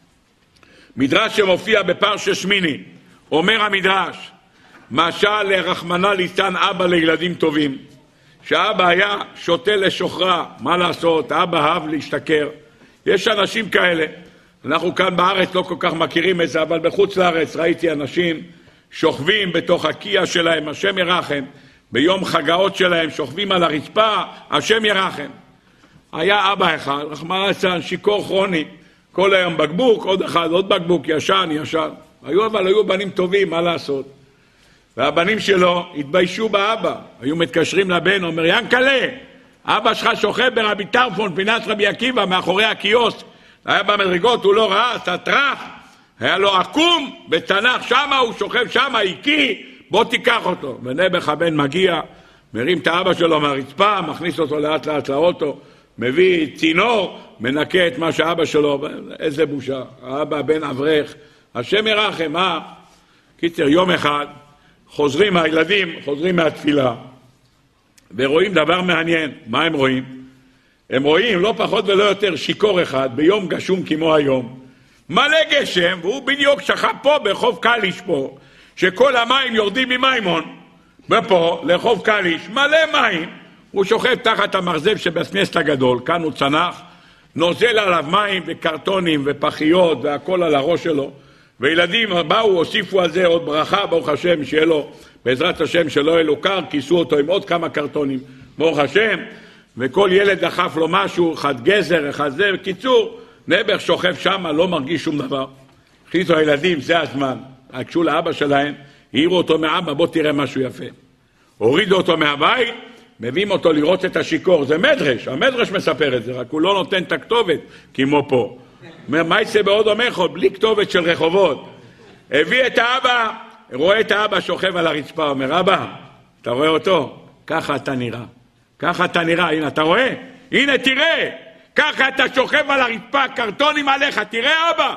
מדרש שמופיע בפרשת שמיני. אומר המדרש, משל לרחמנא ליצלן אבא לילדים טובים, שאבא היה שותה לשוחרה, מה לעשות? אבא אהב להשתכר. יש אנשים כאלה, אנחנו כאן בארץ לא כל כך מכירים את זה, אבל בחוץ לארץ ראיתי אנשים שוכבים בתוך הקיה שלהם, השם ירחם, ביום חגאות שלהם שוכבים על הרצפה, השם ירחם. היה אבא אחד, רחמנא ליצלן, שיכור כרוני, כל היום בקבוק, עוד אחד, עוד בקבוק, ישן, ישן. היו אבל היו בנים טובים, מה לעשות? והבנים שלו התביישו באבא, היו מתקשרים לבן, אומר, ינקלה, אבא שלך שוכב ברבי טרפון, פינת רבי עקיבא, מאחורי הקיוסק, היה במדרגות, הוא לא ראה, סטרח, היה לו עקום, בתנ"ך, שמה הוא שוכב שמה, הקיא, בוא תיקח אותו. ונעבך הבן מגיע, מרים את האבא שלו מהרצפה, מכניס אותו לאט לאט לאוטו, מביא צינור, מנקה את מה שאבא שלו, איזה בושה, האבא בן אברך, השם ירחם, מה? קיצר, יום אחד, חוזרים הילדים, חוזרים מהתפילה, ורואים דבר מעניין. מה הם רואים? הם רואים לא פחות ולא יותר שיקור אחד, ביום גשום כמו היום, מלא גשם, והוא בדיוק שכב פה בחוף קליש פה, שכל המים יורדים ממימון, ופה לחוף קליש, מלא מים, הוא שוכב תחת המרזב שבסנסת הגדול, כאן הוא צנח, נוזל עליו מים וקרטונים ופחיות והכל על הראש שלו, וילדים באו, הוסיפו על זה עוד ברכה, ברוך השם, שיהיה לו, בעזרת השם, שלא יהיה לו קר, כיסו אותו עם עוד כמה קרטונים, ברוך השם, וכל ילד דחף לו משהו, אחד גזר, אחד זה, בקיצור, נעבך שוכב שם, לא מרגיש שום דבר. החליטו הילדים, זה הזמן, הקשו לאבא שלהם, העירו אותו מאבא, בוא תראה משהו יפה. הורידו אותו מהבית, מביאים אותו לראות את השיקור, זה מדרש, המדרש מספר את זה, רק הוא לא נותן את הכתובת, כמו פה. אומר, מה יצא בעוד המחוד, בלי כתובת של רחובות. הביא את האבא, רואה את האבא שוכב על הרצפה, אומר, אבא, אתה רואה אותו? ככה אתה נראה. ככה אתה נראה, הנה, אתה רואה? הנה, תראה. ככה אתה שוכב על הרצפה, קרטונים עליך, תראה אבא.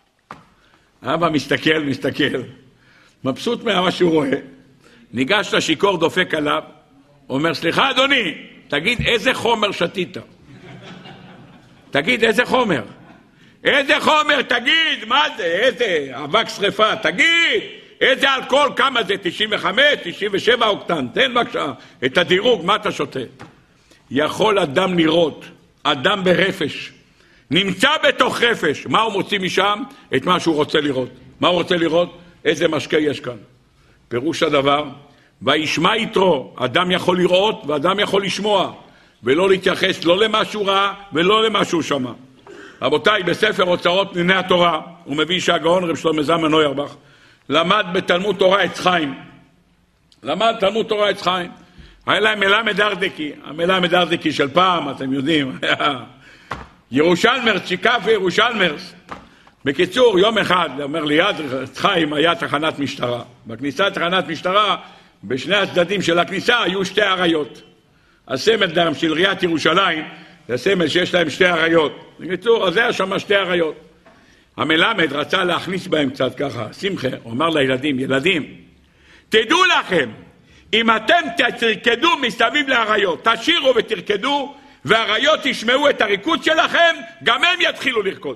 אבא מסתכל, מסתכל. מבסוט מה שהוא רואה. ניגש לשיקור, דופק עליו. אומר, סליחה אדוני, תגיד איזה חומר שתית. תגיד איזה חומר. איזה חומר, תגיד, מה זה, איזה אבק שריפה, תגיד, איזה אלכוהול, כמה זה, תשעים וחמש, תשעים ושבע אוקטן, תן בבקשה את הדירוג, מה אתה שותה? יכול אדם לראות, אדם ברפש, נמצא בתוך רפש, מה הוא מוציא משם? את מה שהוא רוצה לראות. מה הוא רוצה לראות? איזה משקה יש כאן. פירוש הדבר, וישמע יתרו, אדם יכול לראות ואדם יכול לשמוע, ולא להתייחס לא למה שהוא ראה ולא למה שהוא שמע. רבותיי, בספר אוצרות פניני התורה, הוא מביא שהגאון רב שלמה זלמן אוירבך, למד בתלמוד תורה עץ חיים. למד תלמוד תורה עץ חיים. היה להם מלמד ארדקי, המלמד ארדקי של פעם, אתם יודעים, ירושלמרס, שיקף ירושלמרס. בקיצור, יום אחד, אומר ליד עץ חיים, היה תחנת משטרה. בכניסה תחנת משטרה, בשני הצדדים של הכניסה היו שתי עריות. הסמל דם של עיריית ירושלים, זה סמל שיש להם שתי עריות. בקיצור, אז זה היה שם שתי עריות. המלמד רצה להכניס בהם קצת ככה, שמחה, הוא אמר לילדים, ילדים, תדעו לכם, אם אתם תרקדו מסביב לעריות, תשירו ותרקדו, והעריות ישמעו את הריקוד שלכם, גם הם יתחילו לרקוד.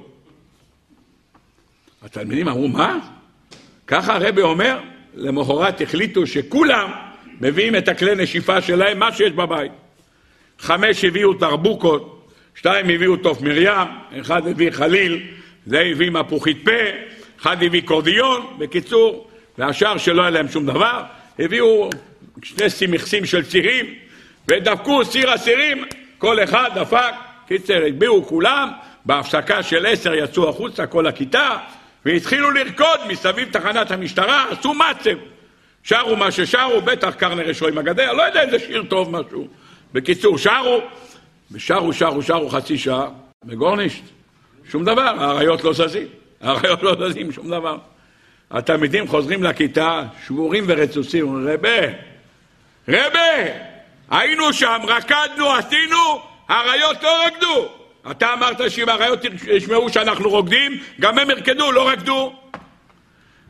התלמידים אמרו, מה? ככה הרבי אומר, למחרת החליטו שכולם מביאים את הכלי נשיפה שלהם, מה שיש בבית. חמש הביאו תרבוקות, שתיים הביאו תוף מרים, אחד הביא חליל, זה הביא מפוחית פה, אחד הביא קורדיון, בקיצור, והשאר שלא היה להם שום דבר, הביאו שני סימכסים של צירים, ודפקו סיר הסירים, כל אחד דפק, קיצר, הגביאו כולם, בהפסקה של עשר יצאו החוצה כל הכיתה, והתחילו לרקוד מסביב תחנת המשטרה, עשו מצב, שרו מה ששרו, בטח קרנר רשוי מגדר, לא יודע איזה שיר טוב משהו. בקיצור, שרו, ושרו, שרו, שרו חצי שעה, בגורנישט, שום דבר, העריות לא זזים, העריות לא זזים, שום דבר. התלמידים חוזרים לכיתה, שבורים ורצוסים, רבה, רבה, היינו שם, רקדנו, עשינו, העריות לא רקדו. אתה אמרת שאם העריות ישמעו שאנחנו רוקדים, גם הם ירקדו, לא רקדו.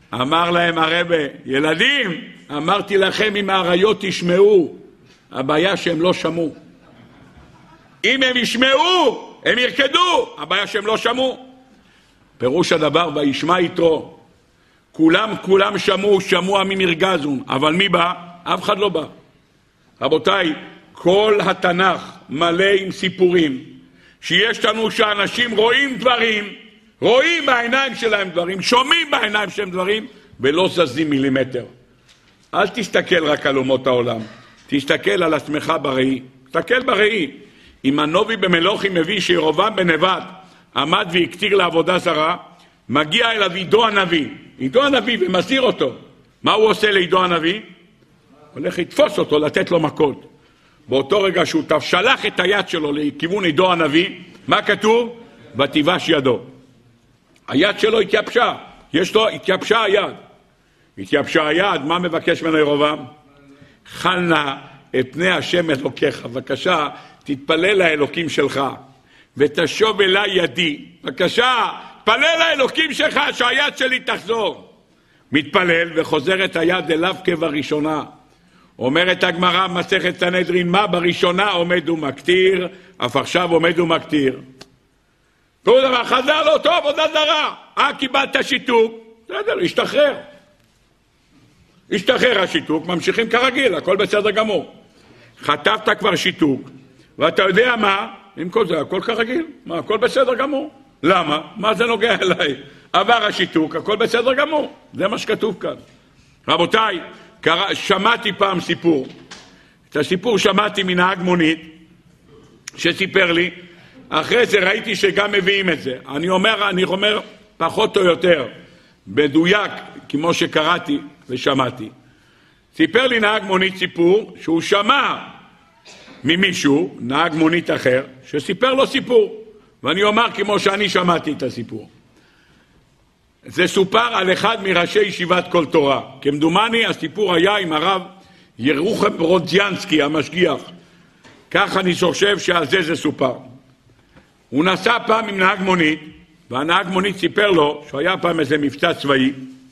אמר להם הרבה, ילדים, אמרתי לכם אם האריות תשמעו, הבעיה שהם לא שמעו. אם הם ישמעו, הם ירקדו, הבעיה שהם לא שמעו. פירוש הדבר, וישמע יתרו. כולם, כולם שמעו, שמעו עמים ירגזון, אבל מי בא? אף אחד לא בא. רבותיי, כל התנ"ך מלא עם סיפורים, שיש לנו שאנשים רואים דברים, רואים בעיניים שלהם דברים, שומעים בעיניים שלהם דברים, ולא זזים מילימטר. אל תסתכל רק על אומות העולם, תסתכל על עצמך בראי, תסתכל בראי. אם הנובי במלוכים מביא שירובעם בן נבט עמד והקטיר לעבודה זרה, מגיע אליו עידו הנביא, עידו הנביא ומסיר אותו. מה הוא עושה לעידו הנביא? הולך לתפוס אותו, לתת לו מכות. באותו רגע שהוא שלח את היד שלו לכיוון עידו הנביא, מה כתוב? ותיבש ידו. היד שלו התייבשה, יש לו, התייבשה היד. התייבשה היד, מה מבקש ממנו ירובעם? חל נא את פני השם אלוקיך, בבקשה, תתפלל לאלוקים שלך, ותשוב אליי ידי, בבקשה, תפלל לאלוקים שלך שהיד שלי תחזור. מתפלל וחוזר את היד אליו כבראשונה. אומרת הגמרא מסכת סנהדרין, מה בראשונה עומד ומקטיר, אף עכשיו עומד ומקטיר. תראו דבר, חזר לו טוב, עבודה זרה. אה, קיבלת שיתוק, בסדר, השתחרר. השתחרר השיתוק, ממשיכים כרגיל, הכל בסדר גמור. חטפת כבר שיתוק, ואתה יודע מה? עם כל זה, הכל כרגיל, מה, הכל בסדר גמור. למה? מה זה נוגע אליי? עבר השיתוק, הכל בסדר גמור. זה מה שכתוב כאן. רבותיי, קרא, שמעתי פעם סיפור. את הסיפור שמעתי מנהג מונית, שסיפר לי, אחרי זה ראיתי שגם מביאים את זה. אני אומר, אני אומר פחות או יותר, בדויק, כמו שקראתי ושמעתי. סיפר לי נהג מונית סיפור, שהוא שמע ממישהו, נהג מונית אחר, שסיפר לו סיפור. ואני אומר כמו שאני שמעתי את הסיפור. זה סופר על אחד מראשי ישיבת כל תורה. כמדומני, הסיפור היה עם הרב ירוחם ברודזיאנסקי, המשגיח. כך אני חושב שעל זה זה סופר. הוא נסע פעם עם נהג מונית, והנהג מונית סיפר לו שהיה פעם איזה מבצע צבאי,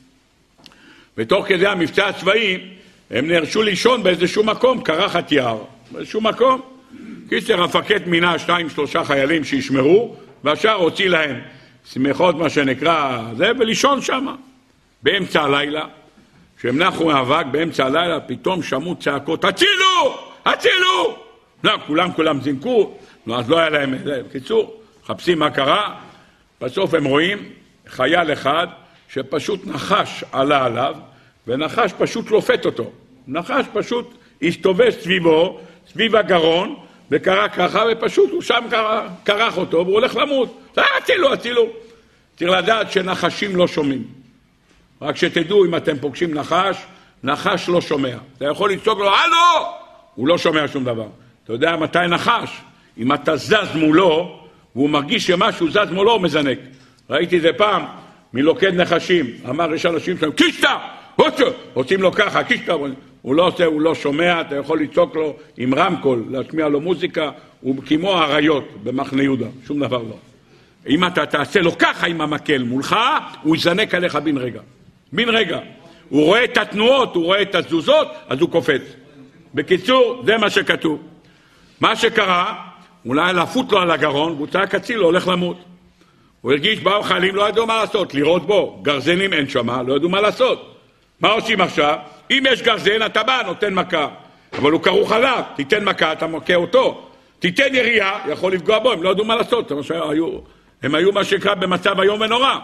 ותוך כדי המבצע הצבאי הם נרשו לישון באיזשהו מקום, קרחת יער, באיזשהו מקום. קיצר המפקד מינה שתיים שלושה חיילים שישמרו, והשאר הוציא להם שמחות מה שנקרא זה, ולישון שם. באמצע הלילה, שהם נחו מאבק, באמצע הלילה פתאום שמעו צעקות, הצילו! הצילו! לא, כולם כולם זינקו, לא, אז לא היה להם, בקיצור, חפשים מה קרה, בסוף הם רואים חייל אחד שפשוט נחש עלה עליו, ונחש פשוט לופת אותו. נחש פשוט הסתובב סביבו, סביב הגרון, וקרא ככה, ופשוט הוא שם קרח אותו, והוא הולך למות. הצילו, הצילו. צריך לדעת שנחשים לא שומעים. רק שתדעו, אם אתם פוגשים נחש, נחש לא שומע. אתה יכול לצעוק לו, הלו! הוא לא שומע שום דבר. אתה יודע מתי נחש? אם אתה זז מולו, והוא מרגיש שמשהו זז מולו, הוא מזנק. ראיתי זה פעם, מלוקד נחשים. אמר, יש אנשים שלהם, קישטה! רוצים לו ככה, קישטה! הוא לא עושה, הוא לא שומע, אתה יכול לצעוק לו עם רמקול, להשמיע לו מוזיקה, הוא כמו האריות במחנה יהודה, שום דבר לא. אם אתה תעשה לו ככה עם המקל מולך, הוא יזנק עליך בן רגע. בן רגע. הוא רואה את התנועות, הוא רואה את התזוזות, אז הוא קופץ. בקיצור, זה מה שכתוב. מה שקרה, אולי לפות לו על הגרון, והוא צעק הצילו, הולך למות. הוא הרגיש, באו חיילים, לא ידעו מה לעשות, לראות בו. גרזנים אין שמה, לא ידעו מה לעשות. מה עושים עכשיו? אם יש גרזן, אתה בא, נותן מכה. אבל הוא כרוך עליו, תיתן מכה, אתה מכה אותו. תיתן ירייה, יכול לפגוע בו, הם לא ידעו מה לעשות. הם היו מה שקרה במצב היום ונורא.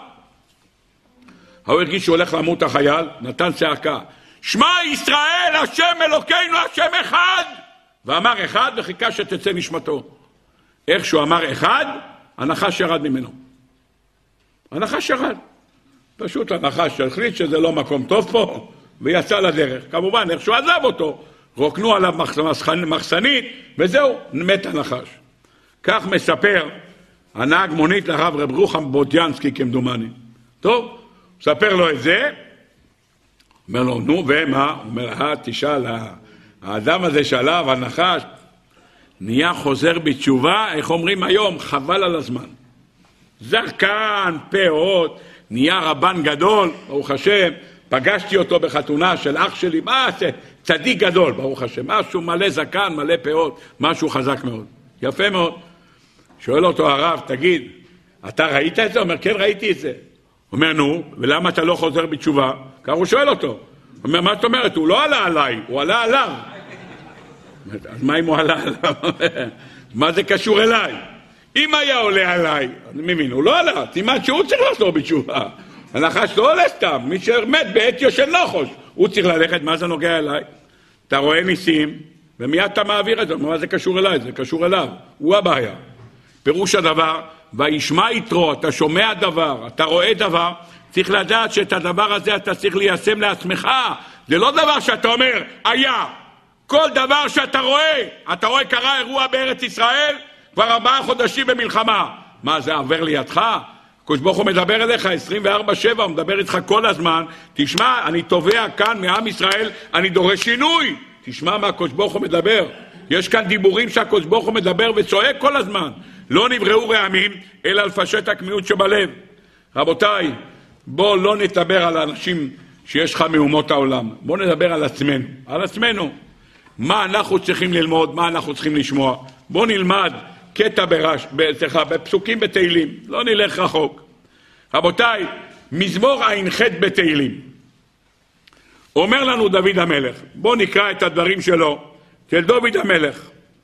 הוא הרגיש שהוא הולך למות החייל, נתן צעקה. שמע ישראל, השם אלוקינו, השם אחד. ואמר אחד וחיכה שתצא נשמתו. איך שהוא אמר אחד, הנחש ירד ממנו. הנחש ירד. פשוט הנחש החליט שזה לא מקום טוב פה, ויצא לדרך. כמובן, איך שהוא עזב אותו, רוקנו עליו מחסנית, וזהו, מת הנחש. כך מספר הנהג מונית לרב רב רוחם ברודזיאנסקי כמדומני. טוב, מספר לו את זה, אומר לו, נו, ומה? הוא אומר, אה, תשאל, האדם הזה שעליו, הנחש, נהיה חוזר בתשובה, איך אומרים היום, חבל על הזמן. זרקן, פאות, נהיה רבן גדול, ברוך השם, פגשתי אותו בחתונה של אח שלי, מה זה? צדיק גדול, ברוך השם, משהו מלא זקן, מלא פאות, משהו חזק מאוד, יפה מאוד. שואל אותו הרב, תגיד, אתה ראית את זה? אומר, כן, ראיתי את זה. אומר, נו, ולמה אתה לא חוזר בתשובה? כך הוא שואל אותו. אומר, מה זאת אומרת? הוא לא עלה עליי, הוא עלה עליו. אז מה אם הוא עלה עליו? מה זה קשור אליי? אם היה עולה עליי, אני מבין, הוא לא עלה, תימד שהוא צריך לחזור בתשובה. הנחש לא עולה סתם, מי שמת בעטיו של נחש, הוא צריך ללכת, מה זה נוגע אליי? אתה רואה ניסים, ומיד אתה מעביר את זה, מה זה קשור אליי? זה קשור אליו, הוא הבעיה. פירוש הדבר, וישמע יתרו, אתה שומע דבר, אתה רואה דבר, צריך לדעת שאת הדבר הזה אתה צריך ליישם לעצמך, זה לא דבר שאתה אומר, היה. כל דבר שאתה רואה, אתה רואה קרה אירוע בארץ ישראל, כבר ארבעה חודשים במלחמה. מה, זה עובר לידך? הקדוש ברוך הוא מדבר אליך עשרים וארבע שבע, הוא מדבר איתך כל הזמן. תשמע, אני תובע כאן מעם ישראל, אני דורש שינוי. תשמע מה הקדוש ברוך הוא מדבר. יש כאן דיבורים שהקדוש ברוך הוא מדבר וצועק כל הזמן. לא נבראו רעמים, אלא לפשט הקמיעות שבלב. רבותיי, בוא לא נדבר על האנשים שיש לך מאומות העולם. בוא נדבר על עצמנו. על עצמנו. מה אנחנו צריכים ללמוד, מה אנחנו צריכים לשמוע. בוא נלמד קטע ברש, סליחה, בפסוקים בתהילים. לא נלך רחוק. רבותיי, מזמור עין ח' בתהילים. אומר לנו דוד המלך, בוא נקרא את הדברים שלו, של דוד המלך.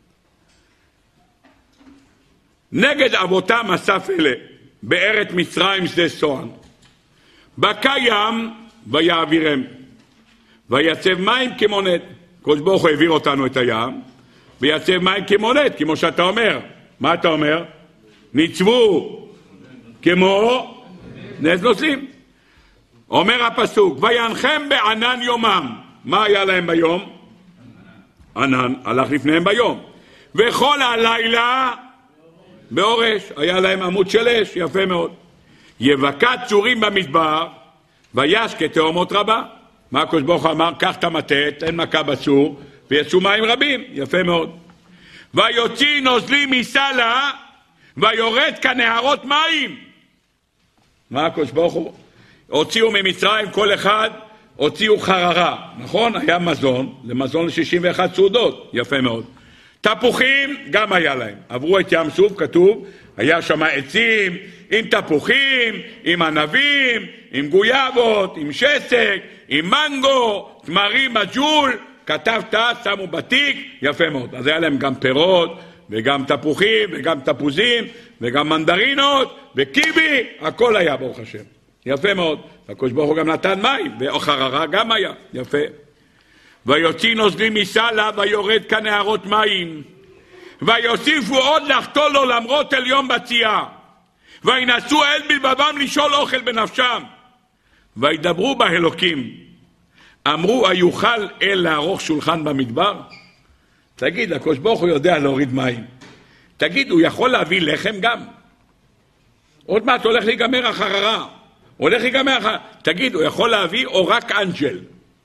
נגד אבותם אסף אלה, בארץ מצרים שדה סוהן. בקע ים ויעבירם, ויצב מים כמונת. קדוש ברוך הוא העביר אותנו את הים, ויצב מים כמונת, כמו שאתה אומר. מה אתה אומר? ניצבו כמו נס נוסעים. אומר הפסוק, וינחם בענן יומם. מה היה להם ביום? ענן, הלך לפניהם ביום. וכל הלילה באורש, היה להם עמוד של אש, יפה מאוד. יבקע צורים במדבר, ויש כתאומות רבה. מה הקדוש ברוך הוא אמר? קח את המטה, תן מכה בצור, ויצאו מים רבים, יפה מאוד. ויוציא נוזלי מסלה, ויורד כנהרות מים. מה הקדוש ברוך הוא? הוציאו ממצרים כל אחד, הוציאו חררה, נכון? היה מזון, למזון ל-שישים ואחת סעודות, יפה מאוד. תפוחים גם היה להם, עברו את ים סוף, כתוב, היה שם עצים, עם תפוחים, עם ענבים, עם גויאבות, עם שסק, עם מנגו, תמרים, מג'ול, כתבת, שמו בתיק, יפה מאוד. אז היה להם גם פירות, וגם תפוחים, וגם תפוזים, וגם מנדרינות, וקיבי, הכל היה ברוך השם. יפה מאוד. הקדוש ברוך הוא גם נתן מים, וחררה גם היה, יפה. ויוציא נוזלים מסלה, ויורד כנהרות מים. ויוסיפו עוד לחטוא לו למרות עליון בצייה. וינסו אל בלבבם לשאול אוכל בנפשם. וידברו באלוקים. אמרו, היוכל אל לערוך שולחן במדבר? תגיד, הקדוש ברוך הוא יודע להוריד מים. תגיד, הוא יכול להביא לחם גם? עוד מעט הולך להיגמר החררה. הולך להיגמר החררה. תגיד, הוא יכול להביא או רק אנג'ל?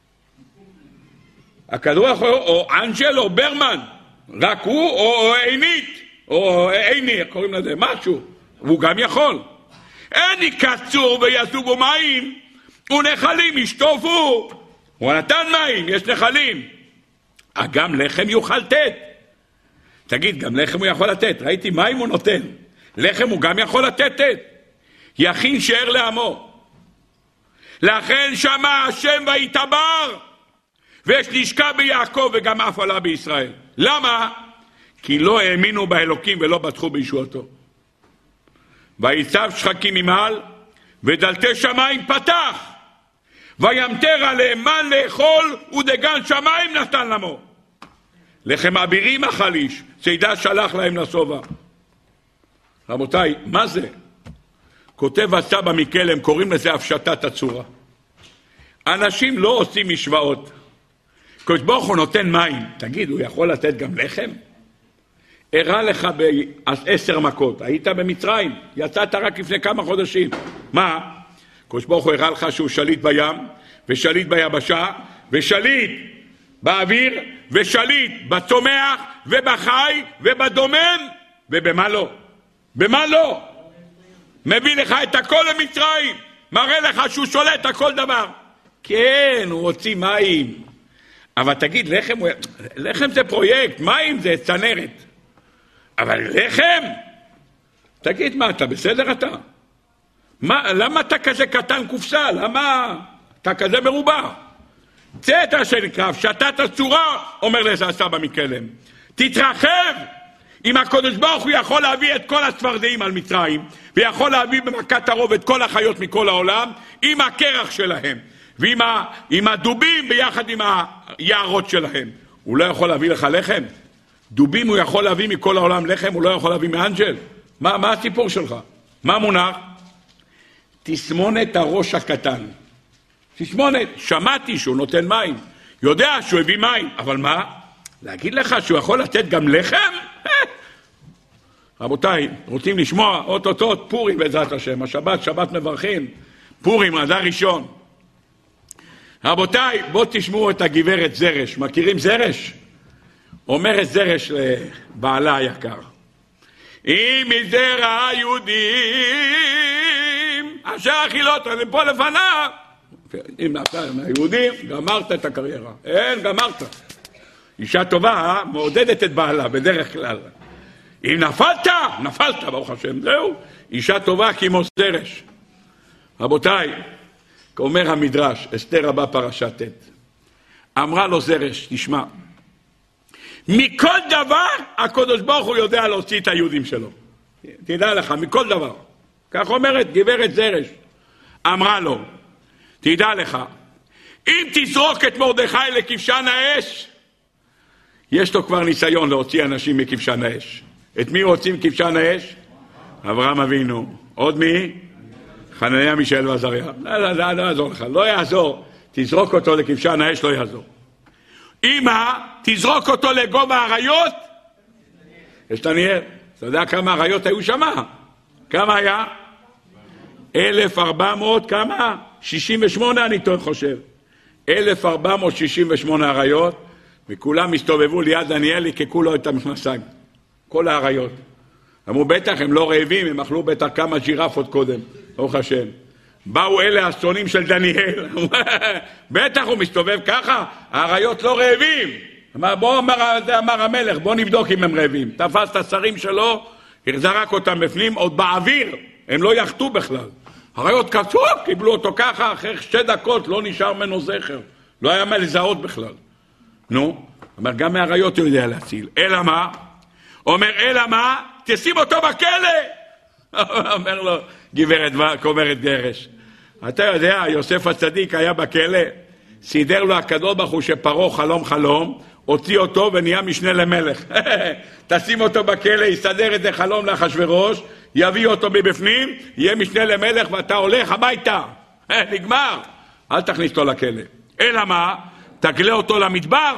הכדור יכול, או אנג'ל או ברמן. רק הוא או עינית. או עיני, קוראים לזה, משהו. והוא גם יכול. אין יקצור ויסוגו מים, ונחלים ישטופו. הוא נתן מים, יש נחלים. גם לחם יוכל לתת. תגיד, גם לחם הוא יכול לתת. ראיתי מים הוא נותן. לחם הוא גם יכול לתת. יכין שער לעמו. לכן שמע השם ויתבר, ויש לשכה ביעקב וגם אף עלה בישראל. למה? כי לא האמינו באלוקים ולא בטחו בישועתו. ויצב שחקים ממעל, ודלתי שמיים פתח, וימטר עליהם מן לאכול, ודגן שמיים נתן למו. לחם אבירים אכל איש, צידה שלח להם לשובע. רבותיי, מה זה? כותב הסבא מקלם, קוראים לזה הפשטת הצורה. אנשים לא עושים משוואות. קדוש ברוך הוא נותן מים, תגיד, הוא יכול לתת גם לחם? הראה לך בעשר מכות, היית במצרים, יצאת רק לפני כמה חודשים. מה? קדוש ברוך הוא הראה לך שהוא שליט בים, ושליט ביבשה, ושליט באוויר, ושליט בצומח, ובחי, ובדומם, ובמה לא? במה לא? מביא לך את הכל למצרים, מראה לך שהוא שולט על כל דבר. כן, הוא הוציא מים. אבל תגיד, לחם, לחם זה פרויקט, מים זה צנרת. אבל לחם? תגיד, מה, אתה בסדר אתה? מה, למה אתה כזה קטן קופסה? למה אתה כזה מרובע? צא את השני קרב, שתת הצורה, אומר לזה הסבא מכלם. תתרחב! אם הקדוש ברוך הוא יכול להביא את כל הצפרדעים על מצרים, ויכול להביא במכת הרוב את כל החיות מכל העולם, עם הקרח שלהם, ועם ה, עם הדובים ביחד עם היערות שלהם. הוא לא יכול להביא לך לחם? דובים הוא יכול להביא מכל העולם לחם, הוא לא יכול להביא מאנג'ל? מה, מה הסיפור שלך? מה מונח? תסמונת הראש הקטן. תסמונת, שמעתי שהוא נותן מים, יודע שהוא הביא מים, אבל מה? להגיד לך שהוא יכול לתת גם לחם? רבותיי, רוצים לשמוע אוטוטוט פורים בעזרת השם, השבת, שבת מברכים, פורים, עד ראשון. רבותיי, בואו תשמעו את הגברת זרש. מכירים זרש? אומרת זרש לבעלה היקר, אם מזרע היהודים אשר אכילות הם פה לפניו, אם נפל מהיהודים גמרת את הקריירה. אין, גמרת. אישה טובה מעודדת את בעלה בדרך כלל. אם נפלת, נפלת ברוך השם, זהו. אישה טובה כמו זרש. רבותיי, אומר המדרש, אסתר רבה פרשת ט', אמרה לו זרש, תשמע, מכל דבר הקדוש ברוך הוא יודע להוציא את היהודים שלו. תדע לך, מכל דבר. כך אומרת גברת זרש. אמרה לו, תדע לך, אם תזרוק את מרדכי לכבשן האש, יש לו כבר ניסיון להוציא אנשים מכבשן האש. את מי רוצים כבשן האש? אברהם אבינו. עוד מי? חנניה, מישאל ועזריה. לא, לא, לא, לא יעזור לך, לא יעזור. תזרוק אותו לכבשן האש, לא יעזור. אמא, תזרוק אותו לגובה האריות. יש דניאל. אתה יודע כמה האריות היו שמה? כמה היה? אלף ארבע מאות, כמה? שישים ושמונה אני חושב. אלף ארבע מאות שישים ושמונה האריות, וכולם הסתובבו ליד דניאל, לקקו לו את המכנסיים. כל האריות. אמרו, בטח הם לא רעבים, הם אכלו בטח כמה ג'ירפות קודם. ברוך השם. באו אלה השונאים של דניאל. בטח הוא מסתובב ככה, האריות לא רעבים. בוא, אמר, אמר המלך, בוא נבדוק אם הם רעבים. תפס את השרים שלו, זרק אותם בפנים, עוד באוויר. הם לא יחתו בכלל. האריות קצו, קיבלו אותו ככה, אחרי שתי דקות לא נשאר ממנו זכר. לא היה מה לזהות בכלל. נו, אומר, גם מהאריות הוא יודע להציל. אלא מה? אומר, אלא מה? תשים אותו בכלא. אומר לו, גברת, כומרת גרש. אתה יודע, יוסף הצדיק היה בכלא, סידר לו הקדוש ברוך הוא שפרעה חלום חלום, הוציא אותו ונהיה משנה למלך. תשים אותו בכלא, יסדר את זה חלום לאחשוורוש, יביא אותו מבפנים, יהיה משנה למלך ואתה הולך הביתה. נגמר. אל תכניס אותו לכלא. אלא מה? תגלה אותו למדבר.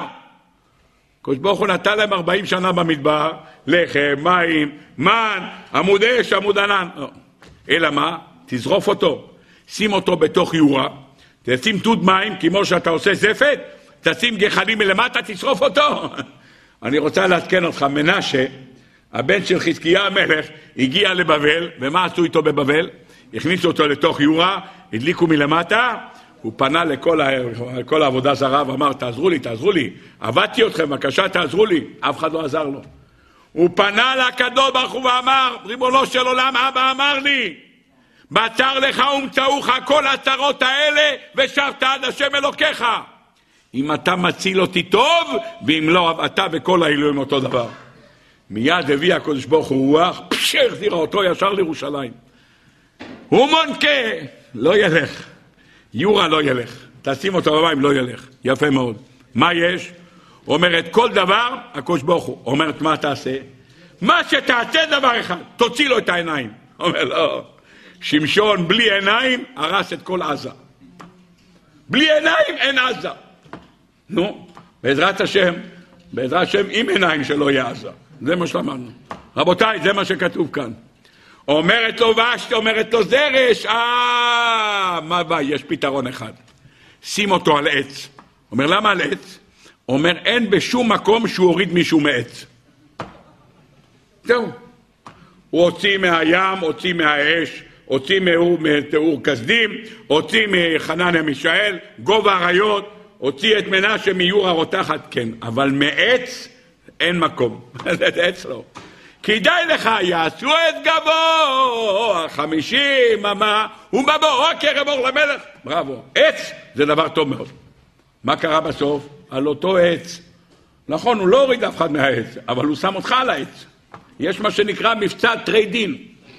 הקדוש ברוך הוא נתן להם ארבעים שנה במדבר, לחם, מים, מן, עמוד אש, עמוד ענן. אלא מה? תזרוף אותו. שים אותו בתוך יורה, תשים תות מים, כמו שאתה עושה זפת, תשים גחלים מלמטה, תשרוף אותו. אני רוצה להתקן אותך, מנשה, הבן של חזקיה המלך, הגיע לבבל, ומה עשו איתו בבבל? הכניסו אותו לתוך יורה, הדליקו מלמטה, הוא פנה לכל, ה... לכל העבודה זרה ואמר, תעזרו לי, תעזרו לי, עבדתי אתכם, בבקשה תעזרו לי. אף אחד לא עזר לו. הוא פנה לקדוש ברוך הוא ואמר, ריבונו של עולם, אבא אמר לי, בצר לך ומצאוך כל הצרות האלה, ושבת עד השם אלוקיך. אם אתה מציל אותי טוב, ואם לא, אתה וכל האלוהים אותו דבר. מיד הביא הקדוש ברוך הוא רוח, פשך, החזירה אותו ישר לירושלים. הוא מונקה, לא ילך. יורה לא ילך. תשים אותו במים, לא ילך. יפה מאוד. מה יש? אומרת כל דבר, הקדוש ברוך הוא. אומרת מה תעשה? מה שתעשה דבר אחד, תוציא לו את העיניים. אומר לא. שמשון בלי עיניים הרס את כל עזה. בלי עיניים אין עזה. נו, בעזרת השם, בעזרת השם עם עיניים שלא יהיה עזה. זה מה שלמדנו. רבותיי, זה מה שכתוב כאן. אומרת לו ושתי, אומרת לו זרש, אה, מה בא? יש פתרון אחד. שים אותו על עץ. אומר, למה על עץ? אומר, אין בשום מקום שהוא הוריד מישהו מעץ. זהו. הוא הוציא מהים, הוציא מהאש, הוציא מתיאור כסדים, הוציא מחנניה מישאל, גובה אריות, הוציא את מנשה מיור הרותחת, כן, אבל מעץ אין מקום, זה עץ לא. כדאי לך, יעשו את גבו, חמישים אמה, ובבוא, כרם אור למלך. בראבו, עץ זה דבר טוב מאוד. מה קרה בסוף? על אותו עץ. נכון, הוא לא הוריד אף אחד מהעץ, אבל הוא שם אותך על העץ. יש מה שנקרא מבצע טריידין.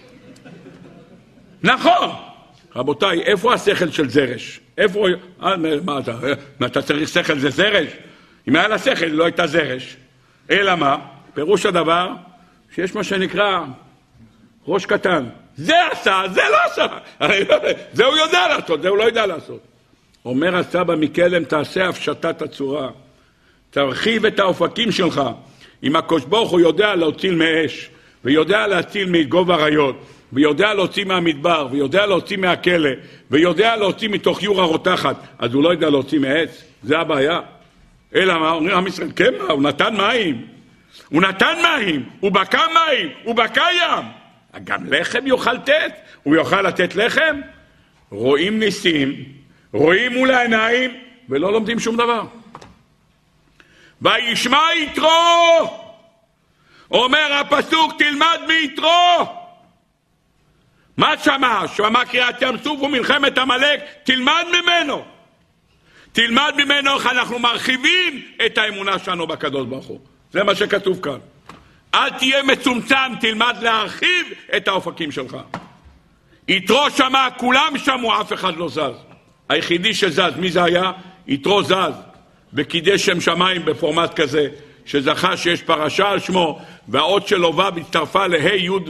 נכון. רבותיי, איפה השכל של זרש? איפה... מה אתה? מה אתה צריך שכל זה זרש? אם היה לה שכל, לא הייתה זרש. אלא מה? פירוש הדבר... שיש מה שנקרא ראש קטן. זה עשה, זה לא עשה. זה הוא יודע לעשות, זה הוא לא יודע לעשות. אומר הסבא מקלם, תעשה הפשטת הצורה. תרחיב את האופקים שלך. אם הקדוש ברוך הוא יודע להציל מאש, ויודע להציל מגובה אריות, ויודע להוציא מהמדבר, ויודע להוציא מהכלא, ויודע להוציא מתוך יור הרותחת, אז הוא לא יודע להוציא מעץ. זה הבעיה. אלא מה? אומרים עם ישראל, כן, הוא נתן מים. הוא נתן מים, הוא בקע מים, הוא בקע ים. גם לחם יוכל לתת? הוא יוכל לתת לחם? רואים ניסים, רואים מול העיניים, ולא לומדים שום דבר. וישמע יתרו, אומר הפסוק, תלמד מיתרו. מה שמע? שמע קריאת ים סוף ומלחמת עמלק, תלמד ממנו. תלמד ממנו איך אנחנו מרחיבים את האמונה שלנו בקדוש ברוך הוא. זה מה שכתוב כאן. אל תהיה מצומצם, תלמד להרחיב את האופקים שלך. יתרו שמע, כולם שמעו, אף אחד לא זז. היחידי שזז, מי זה היה? יתרו זז. וקידש שם שמיים בפורמט כזה, שזכה שיש פרשה על שמו, והאות של לובב הצטרפה להי יוד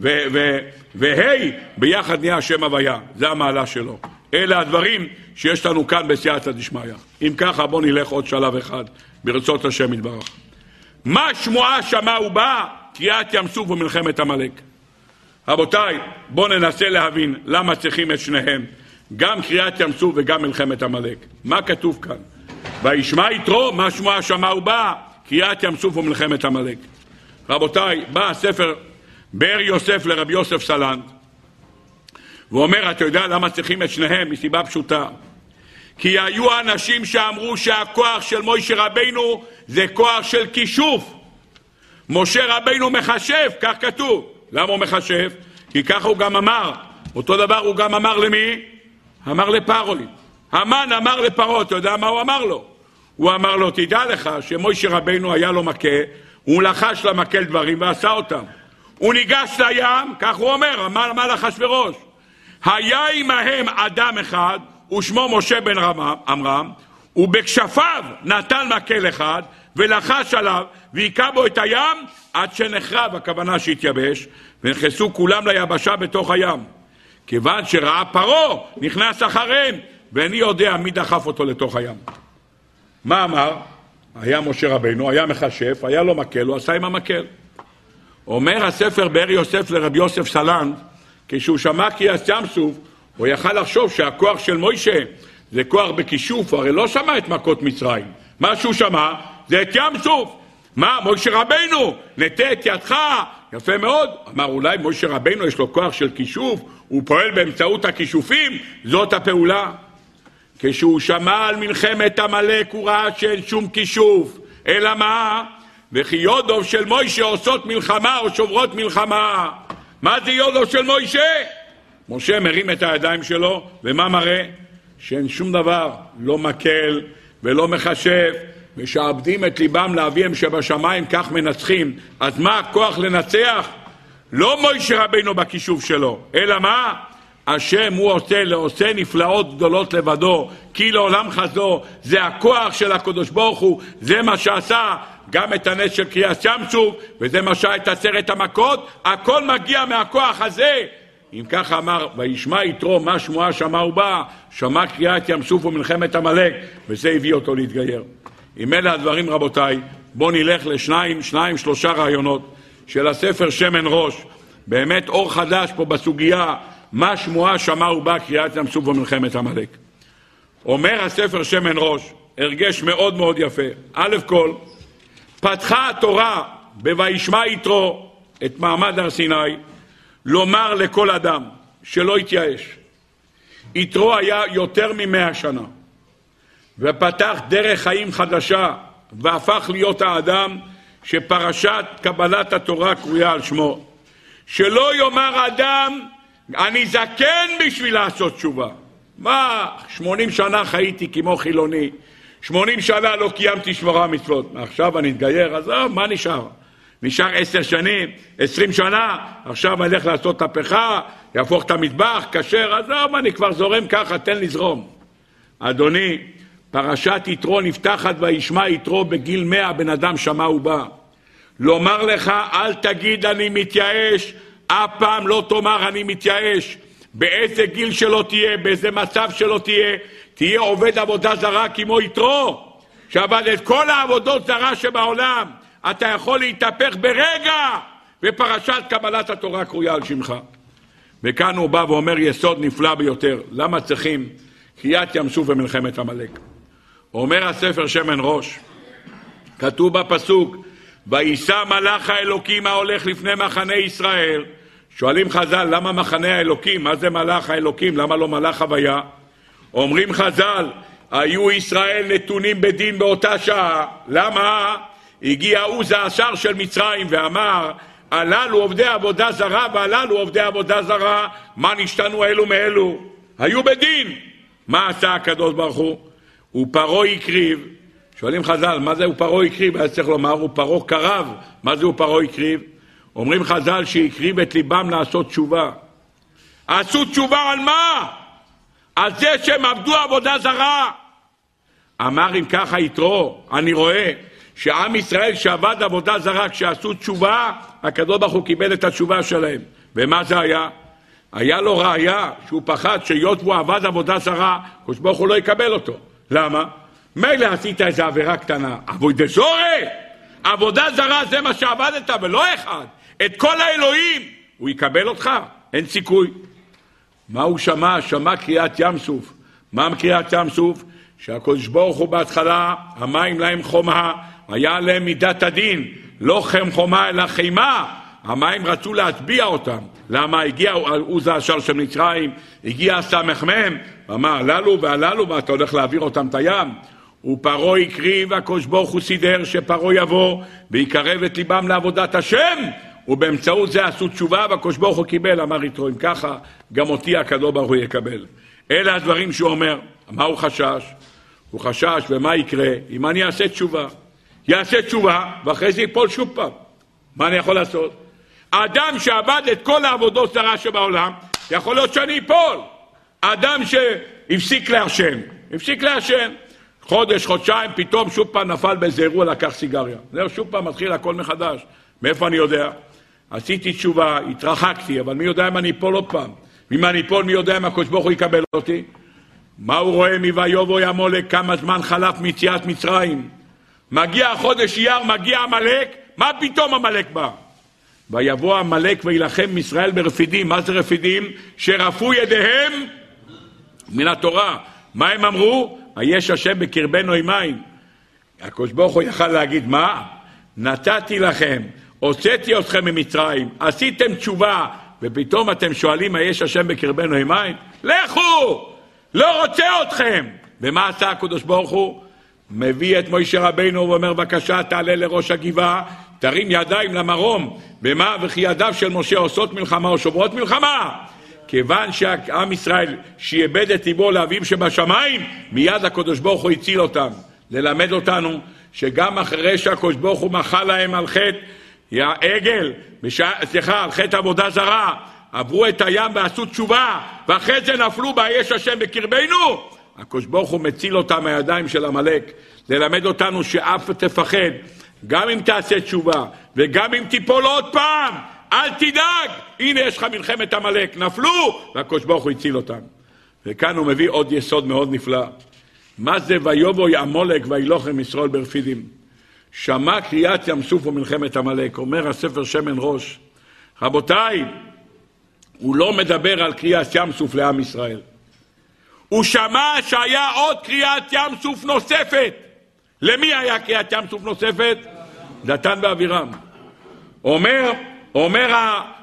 והי, ביחד נהיה השם הוויה. זה המעלה שלו. אלה הדברים שיש לנו כאן בסייעתא דשמיא. אם ככה, בוא נלך עוד שלב אחד, ברצות השם יתברך. מה שמועה שמע ובא? קריאת ים סוף ומלחמת עמלק. רבותיי, בואו ננסה להבין למה צריכים את שניהם, גם קריאת ים סוף וגם מלחמת עמלק. מה כתוב כאן? וישמע יתרו, מה שמועה שמע ובא? קריאת ים סוף ומלחמת עמלק. רבותיי, בא הספר באר יוסף לרבי יוסף סלנט, ואומר, אתה יודע למה צריכים את שניהם? מסיבה פשוטה. כי היו אנשים שאמרו שהכוח של משה רבינו זה כוח של כישוף. משה רבינו מחשב, כך כתוב. למה הוא מחשב? כי ככה הוא גם אמר. אותו דבר הוא גם אמר למי? אמר לפרעה. המן אמר לפרעה, אתה יודע מה הוא אמר לו? הוא אמר לו, תדע לך שמשה רבינו היה לו מכה, הוא לחש למקל דברים ועשה אותם. הוא ניגש לים, כך הוא אומר, אמר מה לאחשוורוש. היה עמהם אדם אחד, ושמו משה בן עמרם, ובכשפיו נטל מקל אחד, ולחש עליו, ויקע בו את הים, עד שנחרב, הכוונה שהתייבש, ונכנסו כולם ליבשה בתוך הים. כיוון שראה פרעה, נכנס אחריהם, ואני יודע מי דחף אותו לתוך הים. מה אמר? היה משה רבינו, היה מחשף, היה לו מקל, הוא עשה עם המקל. אומר הספר באר יוסף לרבי יוסף סלנט, כשהוא שמע קריאת ים סוף, הוא יכל לחשוב שהכוח של מוישה זה כוח בכישוף, הרי לא שמע את מכות מצרים. מה שהוא שמע זה את ים סוף. מה, מוישה רבינו, נטה את ידך, יפה מאוד. אמר, אולי מוישה רבינו יש לו כוח של כישוף, הוא פועל באמצעות הכישופים, זאת הפעולה. כשהוא שמע על מלחמת עמלק, הוא ראה שאין שום כישוף, אלא מה? וכי יודוב של מוישה עושות מלחמה או שוברות מלחמה. מה זה יודוב של מוישה? משה מרים את הידיים שלו, ומה מראה? שאין שום דבר, לא מקל ולא מחשב, ושעבדים את ליבם לאביהם שבשמיים, כך מנצחים. אז מה הכוח לנצח? לא מוישה רבינו בכישוף שלו, אלא מה? השם הוא עושה לעושה נפלאות גדולות לבדו, כי לעולם חזו. זה הכוח של הקדוש ברוך הוא, זה מה שעשה גם את הנס של קריאת ים סוף, וזה מה שעשה את עשרת המכות, הכל מגיע מהכוח הזה. אם ככה אמר, וישמע יתרו, מה שמועה שמע ובא, שמע קריאת ים סוף ומלחמת עמלק, וזה הביא אותו להתגייר. אם אלה הדברים, רבותיי, בואו נלך לשניים, שניים, שלושה רעיונות של הספר שמן ראש. באמת אור חדש פה בסוגיה, מה שמועה שמע ובא קריאת ים סוף ומלחמת עמלק. אומר הספר שמן ראש, הרגש מאוד מאוד יפה. א' כל, פתחה התורה בוישמע יתרו את מעמד הר סיני, לומר לכל אדם שלא התייאש. יתרו היה יותר ממאה שנה, ופתח דרך חיים חדשה, והפך להיות האדם שפרשת קבלת התורה קרויה על שמו. שלא יאמר אדם, אני זקן בשביל לעשות תשובה. מה, שמונים שנה חייתי כמו חילוני, שמונים שנה לא קיימתי שמורה מצוות, עכשיו אני אתגייר, אז לא, מה נשאר? נשאר עשר שנים, עשרים שנה, עכשיו אני אלך לעשות תפחה, יהפוך את המטבח, כשר, אז לא, אני כבר זורם ככה, תן לזרום. אדוני, פרשת יתרו נפתחת וישמע יתרו בגיל מאה, בן אדם שמע ובא. לומר לך, אל תגיד אני מתייאש, אף פעם לא תאמר אני מתייאש. באיזה גיל שלא תהיה, באיזה מצב שלא תהיה, תהיה עובד עבודה זרה כמו יתרו, שעבד את כל העבודות זרה שבעולם. אתה יכול להתהפך ברגע, ופרשת קבלת התורה קרויה על שמך. וכאן הוא בא ואומר יסוד נפלא ביותר. למה צריכים קריאת ים סוף ומלחמת עמלק? אומר הספר שמן ראש, כתוב בפסוק, ויישא מלאך האלוקים ההולך לפני מחנה ישראל. שואלים חז"ל, למה מחנה האלוקים? מה זה מלאך האלוקים? למה לא מלאך הוויה? אומרים חז"ל, היו ישראל נתונים בדין באותה שעה. למה? הגיע עוז האשר של מצרים ואמר, הללו עובדי עבודה זרה והללו עובדי עבודה זרה, מה נשתנו אלו מאלו? היו בדין. מה עשה הקדוש ברוך הוא? הוא פרעה הקריב. שואלים חז"ל, מה זה הוא פרעה הקריב? אז צריך לומר, הוא פרעה קרב. מה זה הוא פרעה הקריב? אומרים חז"ל שהקריב את ליבם לעשות תשובה. עשו תשובה על מה? על זה שהם עבדו עבודה זרה. אמר אם ככה יתרו, אני רואה שעם ישראל שעבד עבודה זרה, כשעשו תשובה, הקדוש ברוך הוא קיבל את התשובה שלהם. ומה זה היה? היה לו ראיה שהוא פחד שהיות והוא עבד עבודה זרה, הקדוש ברוך הוא לא יקבל אותו. למה? מילא עשית איזו עבירה קטנה, עבודה זרה, עבודה זרה זה מה שעבדת ולא אחד. את כל האלוהים הוא יקבל אותך, אין סיכוי. מה הוא שמע? שמע קריאת ים סוף. מה קריאת ים סוף? שהקדוש ברוך הוא בהתחלה, המים להם חומה, היה להם מידת הדין, לא חם חומה אלא חימה. המים רצו להטביע אותם. למה? הגיע עוז האשר של מצרים, הגיע סמ"ם, ואמר הללו והללו, ואתה הולך להעביר אותם את הים. ופרעה הקריב, הקדוש ברוך הוא סידר שפרעה יבוא ויקרב את ליבם לעבודת השם, ובאמצעות זה עשו תשובה, והקדוש ברוך הוא קיבל. אמר יתרו, אם ככה גם אותי הקדוש ברוך הוא יקבל. אלה הדברים שהוא אומר. מה הוא חשש? הוא חשש ומה יקרה אם אני אעשה תשובה? יעשה תשובה ואחרי זה ייפול שוב פעם. מה אני יכול לעשות? אדם שעבד את כל העבודות זרה שבעולם, יכול להיות שאני אפול. אדם שהפסיק לעשן, הפסיק לעשן, חודש, חודשיים, פתאום שוב פעם נפל באיזה אירוע, לקח סיגריה. זהו, שוב פעם מתחיל הכל מחדש. מאיפה אני יודע? עשיתי תשובה, התרחקתי, אבל מי יודע אם אני אפול עוד פעם? אם אני אפול, מי יודע אם הקדוש ברוך הוא יקבל אותי? מה הוא רואה מויבוא עמלק? כמה זמן חלף מיציאת מצרים? מגיע חודש אייר, מגיע עמלק, מה פתאום עמלק בא? ויבוא עמלק וילחם ישראל ברפידים. מה זה רפידים? שרפו ידיהם מן התורה. מה הם אמרו? היש השם בקרבנו עמיים. הקדוש ברוך הוא יכל להגיד מה? נתתי לכם, הוצאתי אתכם ממצרים, עשיתם תשובה, ופתאום אתם שואלים היש השם בקרבנו עמיים? לכו! לא רוצה אתכם. ומה עשה הקדוש ברוך הוא? מביא את משה רבינו ואומר בבקשה תעלה לראש הגבעה, תרים ידיים למרום. ומה? וכי ידיו של משה עושות מלחמה או שוברות מלחמה? כיוון שעם ישראל שיאבד את ליבו לאביו שבשמיים, מיד הקדוש ברוך הוא הציל אותם. ללמד אותנו שגם אחרי שהקדוש ברוך הוא מחל להם על חטא העגל, סליחה, על חטא עבודה זרה, עברו את הים ועשו תשובה, ואחרי זה נפלו ביש השם בקרבנו, הקדוש ברוך הוא מציל אותם מהידיים של עמלק. ללמד אותנו שאף תפחד, גם אם תעשה תשובה וגם אם תיפול עוד פעם, אל תדאג, הנה יש לך מלחמת עמלק, נפלו והקדוש ברוך הוא הציל אותם. וכאן הוא מביא עוד יסוד מאוד נפלא. מה זה ויבוא עמלק וילחם ישראל ברפידים? שמע קריאת ים סוף ומלחמת עמלק. אומר הספר שמן ראש, רבותיי, הוא לא מדבר על קריאת ים סוף לעם ישראל. הוא שמע שהיה עוד קריאת ים סוף נוספת. למי היה קריאת ים סוף נוספת? דתן ואבירם. אומר, אומר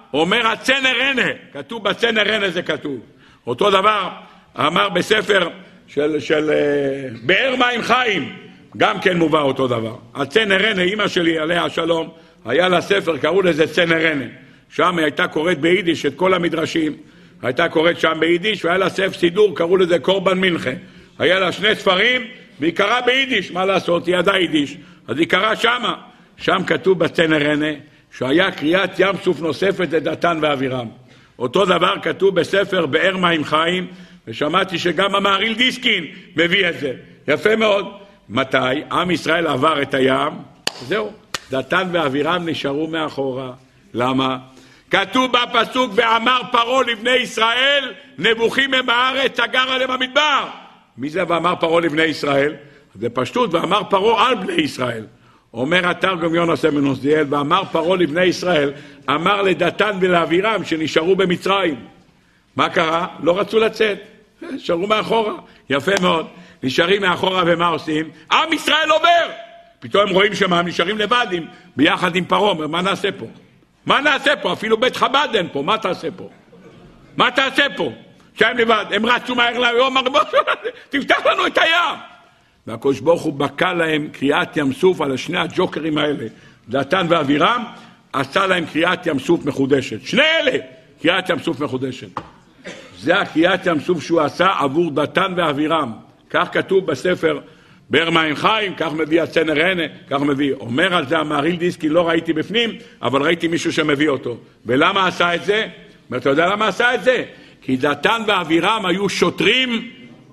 אומר הצנר רנה, כתוב בצנר רנה זה כתוב. אותו דבר אמר בספר של, של uh, באר מים חיים, גם כן מובא אותו דבר. הצנר רנה, אמא שלי עליה השלום, היה לה ספר, קראו לזה צנר רנה. שם היא הייתה קוראת ביידיש את כל המדרשים, הייתה קוראת שם ביידיש, והיה לה ספר סידור, קראו לזה קורבן מנחה. היה לה שני ספרים, והיא קראה ביידיש, מה לעשות, היא ידעה יידיש. אז היא קראה שמה. שם כתוב בצנר רנה, שהיה קריאת ים סוף נוספת לדתן ואבירם. אותו דבר כתוב בספר באר מים חיים, ושמעתי שגם המהריל דיסקין מביא את זה. יפה מאוד. מתי? עם ישראל עבר את הים, זהו. דתן ואבירם נשארו מאחורה. למה? כתוב בפסוק, ואמר פרעה לבני ישראל, נבוכים הם בארץ, סגר עליהם המדבר. מי זה ואמר פרעה לבני ישראל? זה פשטות, ואמר פרעה על בני ישראל. אומר התרגום יונס אמנוסדיאל, ואמר פרעה לבני ישראל, אמר לדתן ולאבירם שנשארו במצרים. מה קרה? לא רצו לצאת, נשארו מאחורה. יפה מאוד. נשארים מאחורה ומה עושים? עם ישראל עובר. פתאום הם רואים שמה, הם נשארים לבד עם, ביחד עם פרעה. מה נעשה פה? מה נעשה פה? אפילו בית חב"ד אין פה. מה תעשה פה? מה תעשה פה? שהם לבד. הם רצו מהר ליום, תפתח לנו את הים. והקדוש ברוך הוא בקע להם קריאת ים סוף על שני הג'וקרים האלה, דתן ואבירם, עשה להם קריאת ים סוף מחודשת. שני אלה, קריאת ים סוף מחודשת. זה הקריאת ים סוף שהוא עשה עבור דתן ואבירם. כך כתוב בספר באר מים חיים, כך מביא הצנר רנה, כך מביא. אומר על זה המהריל דיסקין, לא ראיתי בפנים, אבל ראיתי מישהו שמביא אותו. ולמה עשה את זה? ואתה יודע למה עשה את זה? כי דתן ואבירם היו שוטרים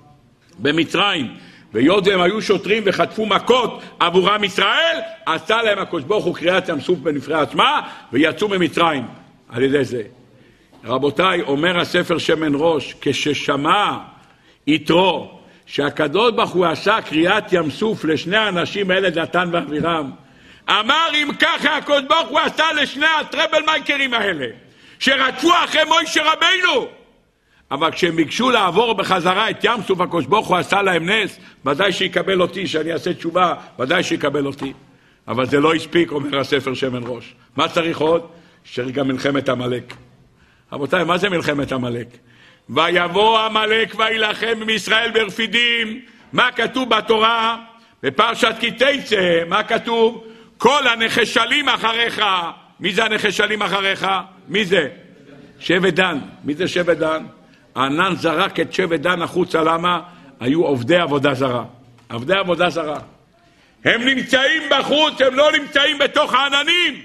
במצרים. והיות והם היו שוטרים וחטפו מכות עבורם ישראל, עשה להם הקדוש ברוך הוא קריאת ים סוף בנפרד עצמה, ויצאו ממצרים על ידי זה. רבותיי, אומר הספר שמן ראש, כששמע יתרו שהקדוש ברוך הוא עשה קריאת ים סוף לשני האנשים האלה, דתן ואבירם, אמר אם ככה הקדוש ברוך הוא עשה לשני הטרבל מייקרים האלה שרדפו אחרי מוישה רבינו, אבל כשהם ביקשו לעבור בחזרה את ים סוף, הקדוש ברוך הוא עשה להם נס, ודאי שיקבל אותי, שאני אעשה תשובה, ודאי שיקבל אותי. אבל זה לא הספיק, אומר הספר שמן ראש. מה צריך עוד? שגם מלחמת עמלק. רבותיי, מה זה מלחמת עמלק? ויבוא עמלק וילחם עם ישראל ברפידים. מה כתוב בתורה? בפרשת כי תצא, מה כתוב? כל הנחשלים אחריך. מי זה הנחשלים אחריך? מי זה? שבט דן. מי זה שבט דן? הענן זרק את שבט דן החוצה. למה? היו עובדי עבודה זרה. עובדי עבודה זרה. הם נמצאים בחוץ, הם לא נמצאים בתוך העננים.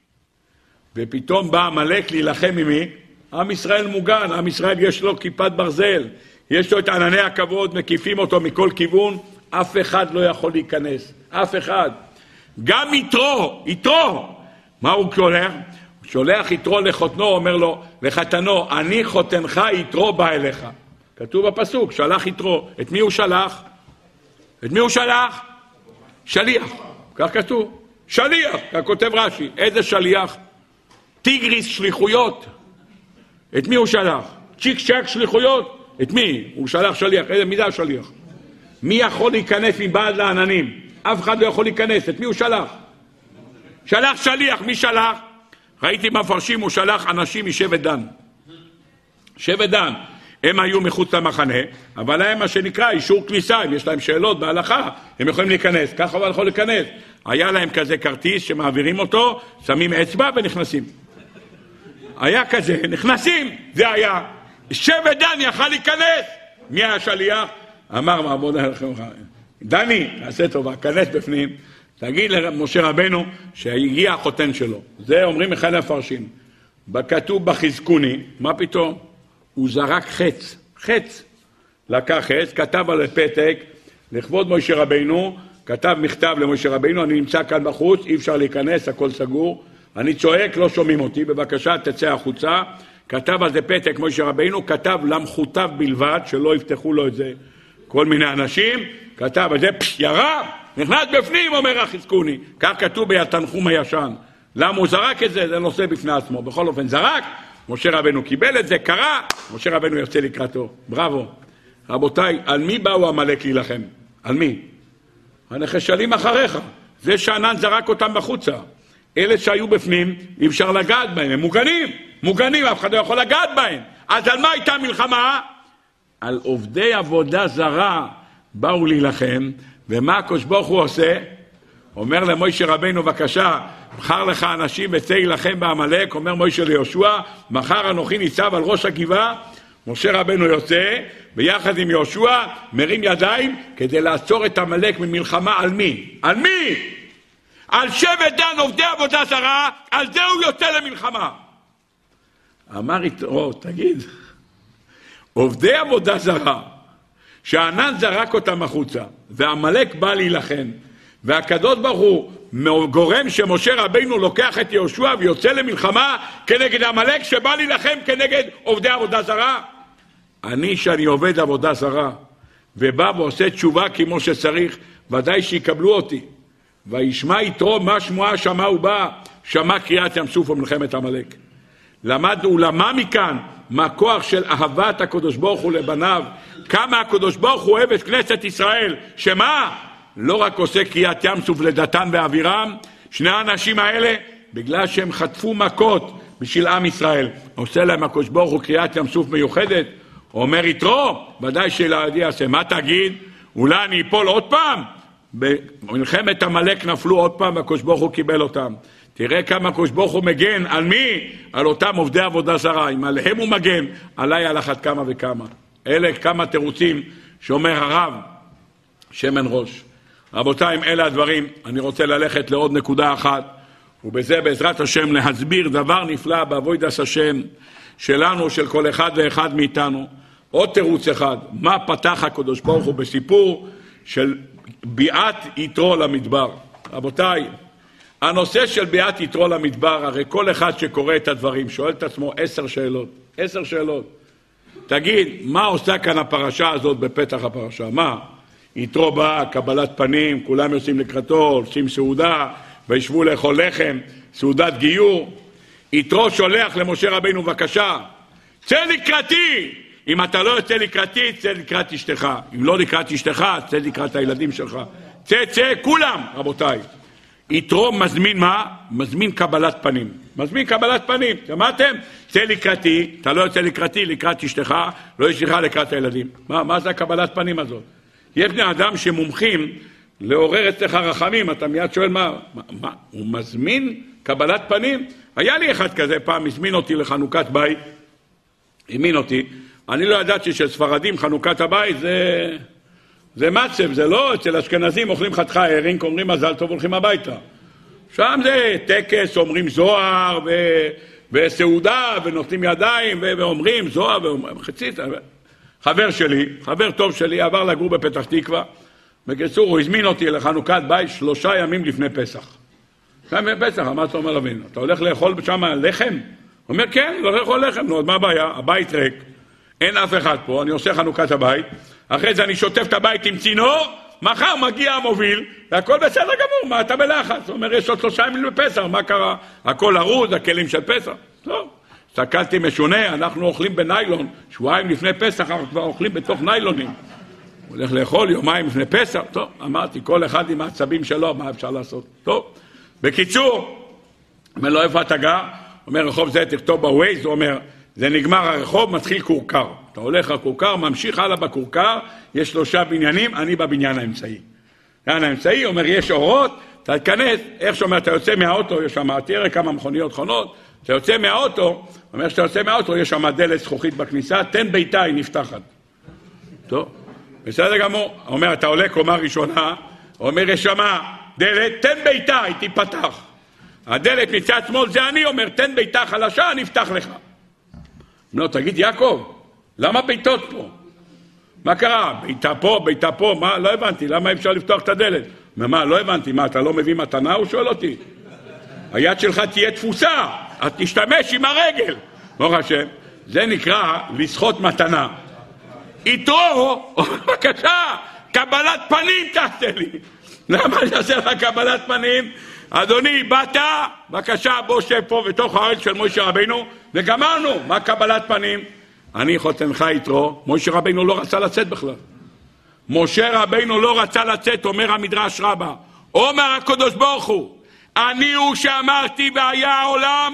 ופתאום בא עמלק להילחם עם מי? עם ישראל מוגן, עם ישראל יש לו כיפת ברזל, יש לו את ענני הכבוד, מקיפים אותו מכל כיוון, אף אחד לא יכול להיכנס, אף אחד. גם יתרו, יתרו, מה הוא שולח? הוא שולח יתרו לחותנו, אומר לו, לחתנו, אני חותנך יתרו בא אליך. כתוב בפסוק, שלח יתרו. את מי הוא שלח? את מי הוא שלח? שליח, כך כתוב. שליח, כך כותב רש"י. איזה שליח? טיגריס שליחויות. את מי הוא שלח? צ'יק צ'ק שליחויות. את מי? הוא שלח שליח. איזה, מי זה השליח? מי יכול להיכנס מבעד לעננים? אף אחד לא יכול להיכנס. את מי הוא שלח? שלח שליח. מי שלח? ראיתי מפרשים, הוא שלח אנשים משבט דן. שבט דן. הם היו מחוץ למחנה, אבל להם מה שנקרא אישור כניסה, אם יש להם שאלות בהלכה, הם יכולים להיכנס, ככה הוא יכול להיכנס. היה להם כזה כרטיס שמעבירים אותו, שמים אצבע ונכנסים. היה כזה, נכנסים, זה היה. שבט דן יכל להיכנס. מי היה שליח? אמר מעבוד עליכם, דני, תעשה טובה, כנס בפנים, תגיד למשה רבנו שהגיע החותן שלו. זה אומרים אחד הפרשים. בכתוב בחזקוני, מה פתאום? הוא זרק חץ, חץ. לקח חץ, כתב על הפתק, לכבוד משה רבינו, כתב מכתב למשה רבינו, אני נמצא כאן בחוץ, אי אפשר להיכנס, הכל סגור. אני צועק, לא שומעים אותי, בבקשה תצא החוצה. כתב על זה פתק משה רבינו, כתב למחותיו בלבד, שלא יפתחו לו את זה כל מיני אנשים, כתב על זה, פש, ירה, נכנס בפנים, אומר החזקוני. כך כתוב ביתנחום הישן. למה הוא זרק את זה? זה נושא בפני עצמו. בכל אופן זרק, משה רבנו קיבל את זה, קרה, משה רבנו יוצא לקראתו. בראבו. רבותיי, על מי באו עמלק להילחם? על מי? הנחשלים אחריך. זה שענן זרק אותם בחוצה. אלה שהיו בפנים, אי אפשר לגעת בהם, הם מוגנים. מוגנים, אף אחד לא יכול לגעת בהם. אז על מה הייתה מלחמה? על עובדי עבודה זרה באו להילחם, ומה הקדוש ברוך הוא עושה? אומר למוישה רבינו, בבקשה, בחר לך אנשים וצא להילחם בעמלק. אומר מוישה ליהושע, מחר אנוכי ניצב על ראש הגבעה. משה רבנו יוצא, ביחד עם יהושע, מרים ידיים כדי לעצור את עמלק ממלחמה. על מי? על מי? על שבט דן, עובדי עבודה זרה, על זה הוא יוצא למלחמה. אמר יתרו, תגיד, עובדי עבודה זרה, שהענן זרק אותם החוצה, והעמלק בא להילחם, והקדוש ברוך הוא גורם שמשה רבינו לוקח את יהושע ויוצא למלחמה כנגד עמלק שבא להילחם כנגד עובדי עבודה זרה. אני שאני עובד עבודה זרה ובא ועושה תשובה כמו שצריך, ודאי שיקבלו אותי. וישמע יתרו מה שמועה, שמע ובא, שמע קריאת ים סוף ומלחמת עמלק. למדנו ולמה מכאן מה כוח של אהבת הקדוש ברוך הוא לבניו, כמה הקדוש ברוך הוא אוהב את כנסת ישראל, שמה? לא רק עושה קריאת ים סוף לדתן ואבירם, שני האנשים האלה, בגלל שהם חטפו מכות בשביל עם ישראל, עושה להם הקדוש ברוך הוא קריאת ים סוף מיוחדת. אומר יתרו, ודאי שלעדי יעשה. מה תגיד? אולי אני אפול עוד פעם? במלחמת עמלק נפלו עוד פעם והקדוש ברוך הוא קיבל אותם. תראה כמה הקדוש ברוך הוא מגן. על מי? על אותם עובדי עבודה זרה. אם עליהם הוא מגן, עליי על אחת כמה וכמה. אלה כמה תירוצים שאומר הרב שמן ראש. רבותיי, אם אלה הדברים, אני רוצה ללכת לעוד נקודה אחת, ובזה בעזרת השם להסביר דבר נפלא בעבודת השם שלנו, של כל אחד ואחד מאיתנו. עוד תירוץ אחד, מה פתח הקדוש ברוך הוא בסיפור של ביאת יתרו למדבר. רבותיי, הנושא של ביאת יתרו למדבר, הרי כל אחד שקורא את הדברים שואל את עצמו עשר שאלות, עשר שאלות. תגיד, מה עושה כאן הפרשה הזאת בפתח הפרשה? מה? יתרו בא, קבלת פנים, כולם יוצאים לקראתו, עושים סעודה, וישבו לאכול לחם, סעודת גיור. יתרו שולח למשה רבינו, בבקשה, צא לקראתי. אם אתה לא יוצא לקראתי, צא לקראת אשתך. אם לא לקראת אשתך, צא לקראת הילדים שלך. צא, צא, כולם, רבותיי. יתרו מזמין מה? מזמין קבלת פנים. מזמין קבלת פנים. שמעתם? צא לקראתי, אתה לא יוצא לקראתי, לקראת אשתך, לא אשתך לקראת הילדים. מה, מה זה הקבלת פנים הזאת? יש בני אדם שמומחים לעורר אצלך רחמים, אתה מיד שואל מה, מה, מה? הוא מזמין קבלת פנים? היה לי אחד כזה פעם, הזמין אותי לחנוכת בית, הזמין אותי, אני לא ידעתי שספרדים חנוכת הבית זה, זה מצב, זה לא, אצל אשכנזים אוכלים חתך הרינק, אומרים מזל טוב, הולכים הביתה. שם זה טקס, אומרים זוהר ו, וסעודה ונותנים ידיים ו, ואומרים זוהר וחצית. חבר שלי, חבר טוב שלי, עבר לגור בפתח תקווה, בקיצור הוא הזמין אותי לחנוכת בית שלושה ימים לפני פסח. לפני פסח, מה אתה אומר לבין? אתה הולך לאכול שם לחם? הוא אומר כן, אני הולך לאכול לחם. נו, מה הבעיה? הבית ריק, אין אף אחד פה, אני עושה חנוכת הבית, אחרי זה אני שוטף את הבית עם צינור, מחר מגיע המוביל, והכל בסדר גמור, מה אתה בלחץ? הוא אומר, יש עוד שלושה ימים לפסח, מה קרה? הכל ארוז, הכלים של פסח. טוב, הסתכלתי משונה, אנחנו אוכלים בניילון, שבועיים לפני פסח, אנחנו כבר אוכלים בתוך ניילונים. הוא הולך לאכול יומיים לפני פסח, טוב, אמרתי, כל אחד עם העצבים שלו, מה אפשר לעשות? טוב, בקיצור, אומר לו, איפה אתה גר? אומר, רחוב זה תכתוב בווייז, הוא אומר, זה נגמר הרחוב, מתחיל קורקר. אתה הולך לקורקר, ממשיך הלאה בקורקר, יש שלושה בניינים, אני בבניין האמצעי. בבניין האמצעי, אומר, יש אורות, אתה תכנס, איך שאומר, אתה יוצא מהאוטו, יש שם, תראה כמה מכוניות חונות, אתה יוצא מהאוטו, אומר שאתה יוצא מהאוטו, יש שם דלת זכוכית בכניסה, תן ביתה, היא נפתחת. טוב, בסדר גמור. אומר, אתה עולה קומה ראשונה, אומר, יש שם דלת, תן ביתה, היא תיפתח. הדלת מצד שמאל זה אני, אומר, תן ביתה חלשה, נפתח לך. לא, תגיד, יעקב, למה ביתות פה? מה קרה? ביתה פה, ביתה פה, מה? לא הבנתי, למה אפשר לפתוח את הדלת? מה, לא הבנתי, מה, אתה לא מביא מתנה? הוא שואל אותי. היד שלך תהיה תפוסה, את תשתמש עם הרגל. ברוך השם, זה נקרא לסחוט מתנה. יתרו, בבקשה, קבלת פנים תעשה לי. למה אני אעשה לך קבלת פנים? אדוני, באת, בבקשה, בוא שב פה בתוך הארץ של משה רבינו, וגמרנו, מה קבלת פנים? אני חותנך יתרו, משה רבינו לא רצה לצאת בכלל. משה רבינו לא רצה לצאת, אומר המדרש רבה, אומר הקדוש ברוך הוא, אני הוא שאמרתי והיה העולם,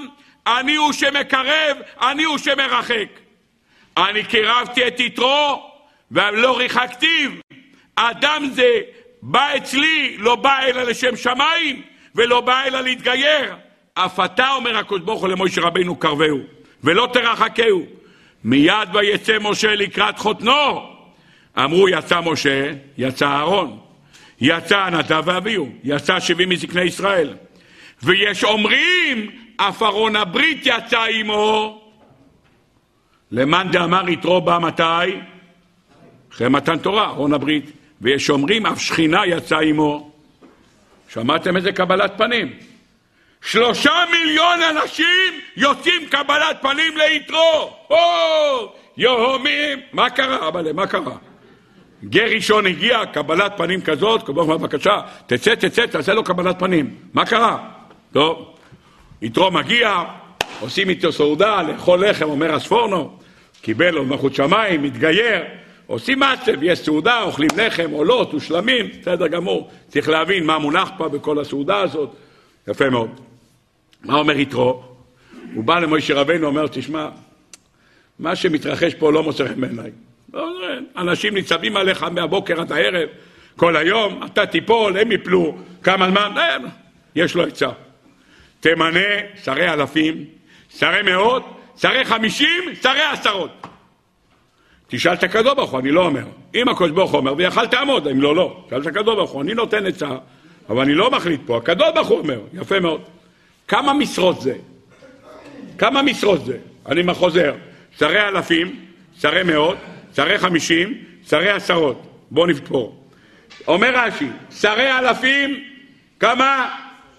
אני הוא שמקרב, אני הוא שמרחק. אני קירבתי את יתרו, ולא ריחקתיו. אדם זה בא אצלי, לא בא אלא לשם שמיים, ולא בא אלא להתגייר. אף אתה, אומר הקדוש ברוך הוא למשה רבינו, קרבהו, ולא תרחקהו. מיד ויצא משה לקראת חותנו. אמרו יצא משה, יצא אהרון, יצא נדב ואביהו, יצא שבעים מזקני ישראל. ויש אומרים, אף ארון הברית יצא עמו. למאן דאמר יתרו בא מתי? אחרי מתן תורה, ארון הברית. ויש אומרים, אף שכינה יצא עמו. שמעתם איזה קבלת פנים? שלושה מיליון אנשים יוצאים קבלת פנים ליתרו. או, יהומים. מה קרה? אבל מה קרה? גר ראשון הגיע, קבלת פנים כזאת, קבלת בבקשה, תצא, תצא, תעשה לו קבלת פנים. מה קרה? טוב, יתרו מגיע, עושים איתו סעודה, לאכול לחם, אומר אספורנו, קיבל לו מלכות שמיים, מתגייר, עושים מעצב, יש סעודה, אוכלים לחם, עולות ושלמים, בסדר גמור. צריך להבין מה מונח פה בכל הסעודה הזאת. יפה מאוד. מה אומר יתרו? הוא בא למשה רבינו, אומר, תשמע, מה שמתרחש פה לא מוצא חן בעיניי. אנשים ניצבים עליך מהבוקר עד הערב, כל היום, אתה תיפול, הם יפלו, כמה זמן, יש לו עצה. תמנה שרי אלפים, שרי מאות, שרי חמישים, שרי עשרות. תשאל את הקדוש ברוך הוא, אני לא אומר. אם הקדוש ברוך הוא אומר, ויכול תעמוד, אם לא, לא. תשאל את הקדוש ברוך הוא, אני נותן עצה, אבל אני לא מחליט פה. הקדוש ברוך הוא אומר, יפה מאוד. כמה משרות זה? כמה משרות זה? אני מחוזר. שרי אלפים, שרי מאות, שרי חמישים, שרי עשרות. בואו נפתור. אומר רש"י, שרי אלפים, כמה?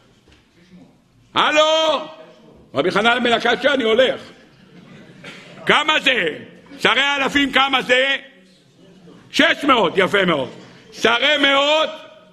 הלו? רבי חנן בן הקשה, אני הולך. כמה זה? שרי אלפים כמה זה? שש מאות, יפה מאוד. שרי מאות?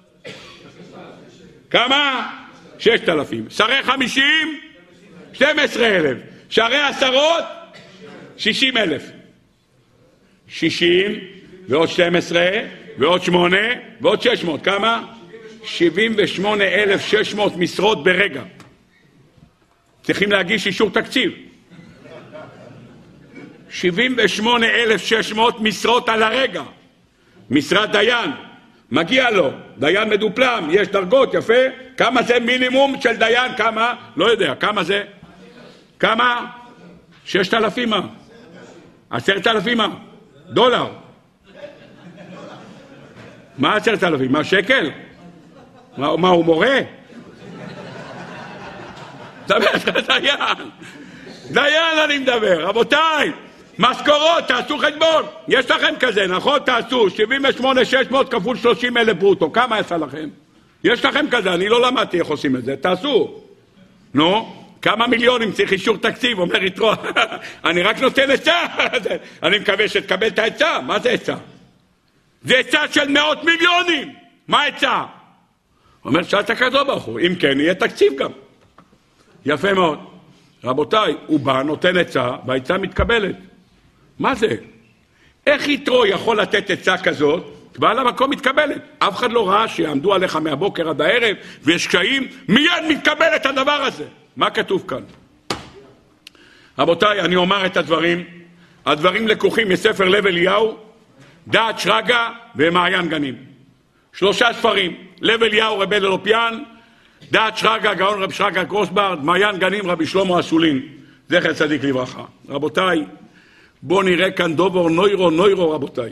כמה? ששת אלפים. שרי חמישים? שתים עשרה אלף. שרי עשרות? שישים אלף. שישים ועוד שתים עשרה ועוד שמונה ועוד שש מאות. כמה? שבעים ושמונה אלף שש מאות משרות ברגע. צריכים להגיש אישור תקציב. שבעים ושמונה אלף שש מאות משרות על הרגע. משרת דיין, מגיע לו, דיין מדופלם, יש דרגות, יפה. כמה זה מינימום של דיין? כמה? לא יודע, כמה זה? כמה? ששת אלפים מה? עשרת אלפים מה? דולר. מה עשרת אלפים? מה שקל? מה, מה הוא מורה? דבר, דיין. דיין אני מדבר, רבותיי. משכורות, תעשו חשבון. יש לכם כזה, נכון? תעשו שבעים ושמונה שש מאות כפול שלושים אלף ברוטו. כמה יצא לכם? יש לכם כזה, אני לא למדתי איך עושים את זה. תעשו. נו, כמה מיליונים צריך אישור תקציב? אומר יתרו, אני רק נותן עצה. אני מקווה שתקבל את העצה. מה זה עצה? זה עצה של מאות מיליונים. מה עצה? אומר, שאלת הקדוש ברוך הוא. אם כן, יהיה תקציב גם. יפה מאוד. רבותיי, הוא בא, נותן עצה, והעצה מתקבלת. מה זה? איך יתרו יכול לתת עצה כזאת? בעל המקום מתקבלת. אף אחד לא ראה שיעמדו עליך מהבוקר עד הערב, ויש קשיים, מיד מתקבל את הדבר הזה. מה כתוב כאן? רבותיי, אני אומר את הדברים. הדברים לקוחים מספר לב אליהו, דעת שרגא ומעיין גנים. שלושה ספרים. לב אליהו רבי אלופיאן, דעת שרגא גאון רבי שרגא גרוסברד, מעיין גנים רבי שלמה אסולין, זכר צדיק לברכה. רבותיי, בואו נראה כאן דובר נוירו נוירו. רבותיי,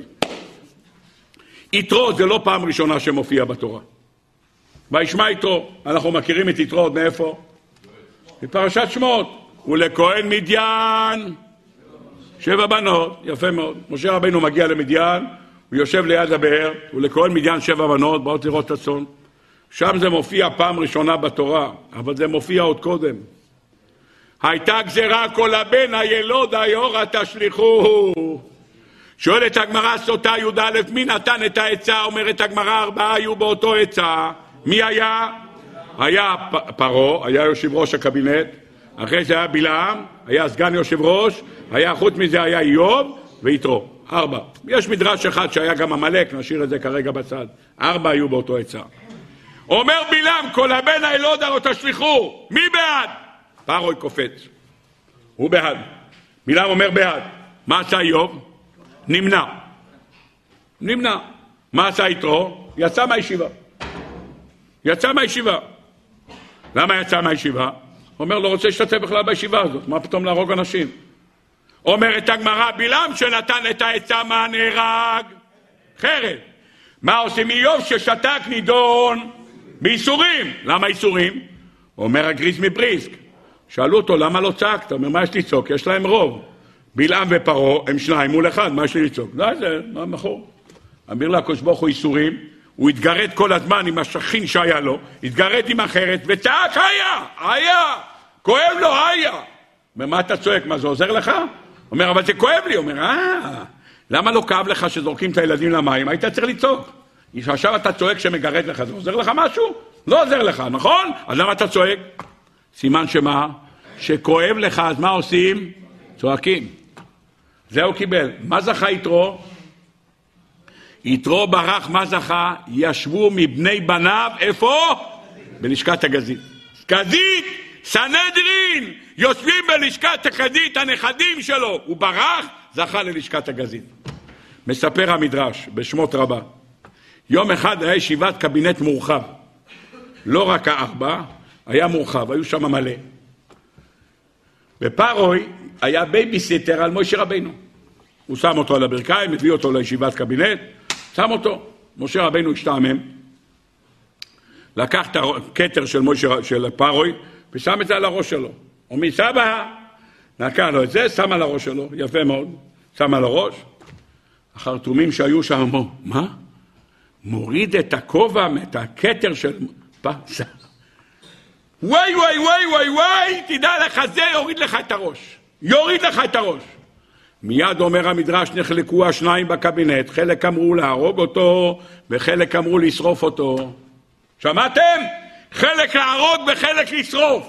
יתרו זה לא פעם ראשונה שמופיע בתורה. וישמע יתרו, אנחנו מכירים את יתרו עוד מאיפה? בפרשת שמות. ולכהן מדיין שבע בנות. יפה מאוד. משה רבינו מגיע למדיין, הוא יושב ליד הבאר, ולכהן מדיין שבע בנות, באות לראות את הצאן. שם זה מופיע פעם ראשונה בתורה, אבל זה מופיע עוד קודם. הייתה גזירה כל הבן הילוד היורה תשליחו. שואלת הגמרא סוטה י"א, מי נתן את העצה? אומרת הגמרא, ארבעה היו באותו עצה. מי היה? היה פרעה, היה יושב ראש הקבינט, אחרי זה היה בלעם, היה סגן יושב ראש, היה חוץ מזה היה איוב ויתרו. ארבע. יש מדרש אחד שהיה גם המלאק, נשאיר את זה כרגע בצד. ארבע היו באותו עצה. אומר בלעם, כל הבן הילוד הרו תשליחו. מי בעד? פרעה קופץ. הוא בעד. בלעם אומר בעד. מה עשה איוב? נמנע. נמנע. מה עשה יתרו? יצא מהישיבה. יצא מהישיבה. למה יצא מהישיבה? אומר, לא רוצה להשתתף בכלל בישיבה הזאת. מה פתאום להרוג אנשים? אומרת הגמרא, בלעם שנתן את העצה מה נהרג? חרב. מה עושים איוב ששתק נידון? באיסורים. למה איסורים? אומר הגריז מבריסק. שאלו אותו, למה לא צעקת? אומר, מה יש לצעוק? יש להם רוב. בלעם ופרו הם שניים מול אחד, מה יש לי לצעוק? לא, זה, מה מחור? אמיר לה, הקדוש ברוך הוא איסורים, הוא התגרד כל הזמן עם השכין שהיה לו, התגרד עם אחרת, וצעק, היה, היה, כואב לו, היה. אומר, מה אתה צועק? מה, זה עוזר לך? אומר, אבל זה כואב לי. אומר, אה, למה לא כאב לך שזורקים את הילדים למים? היית צריך לצעוק. עכשיו אתה צועק שמגרד לך, זה עוזר לך משהו? לא עוזר לך, נכון? אז למה אתה צועק? סימן שמה? שכואב לך, אז מה עושים? צועקים. זהו קיבל. מה זכה יתרו? יתרו ברח, מה זכה? ישבו מבני בניו, איפה? בלשכת הגזית. גזית, סנהדרין, יושבים בלשכת הגזית, הנכדים שלו. הוא ברח, זכה ללשכת הגזית. מספר המדרש, בשמות רבה. יום אחד היה ישיבת קבינט מורחב. לא רק הארבע, היה מורחב, היו שם מלא. ופרוי היה בייביסיטר על משה רבינו. הוא שם אותו על הברכיים, מביא אותו לישיבת קבינט, שם אותו. משה רבינו השתעמם, לקח את הכתר של, משה, של פרוי, ושם את זה על הראש שלו. אומר, סבא, נקע לו את זה, שם על הראש שלו, יפה מאוד, שם על הראש. החרטומים שהיו שם אמרו, מה? מוריד את הכובע, את הכתר של פסה. וואי וואי וואי וואי וואי, תדע לך, זה יוריד לך את הראש. יוריד לך את הראש. מיד אומר המדרש, נחלקו השניים בקבינט, חלק אמרו להרוג אותו, וחלק אמרו לשרוף אותו. שמעתם? חלק להרוג וחלק לשרוף.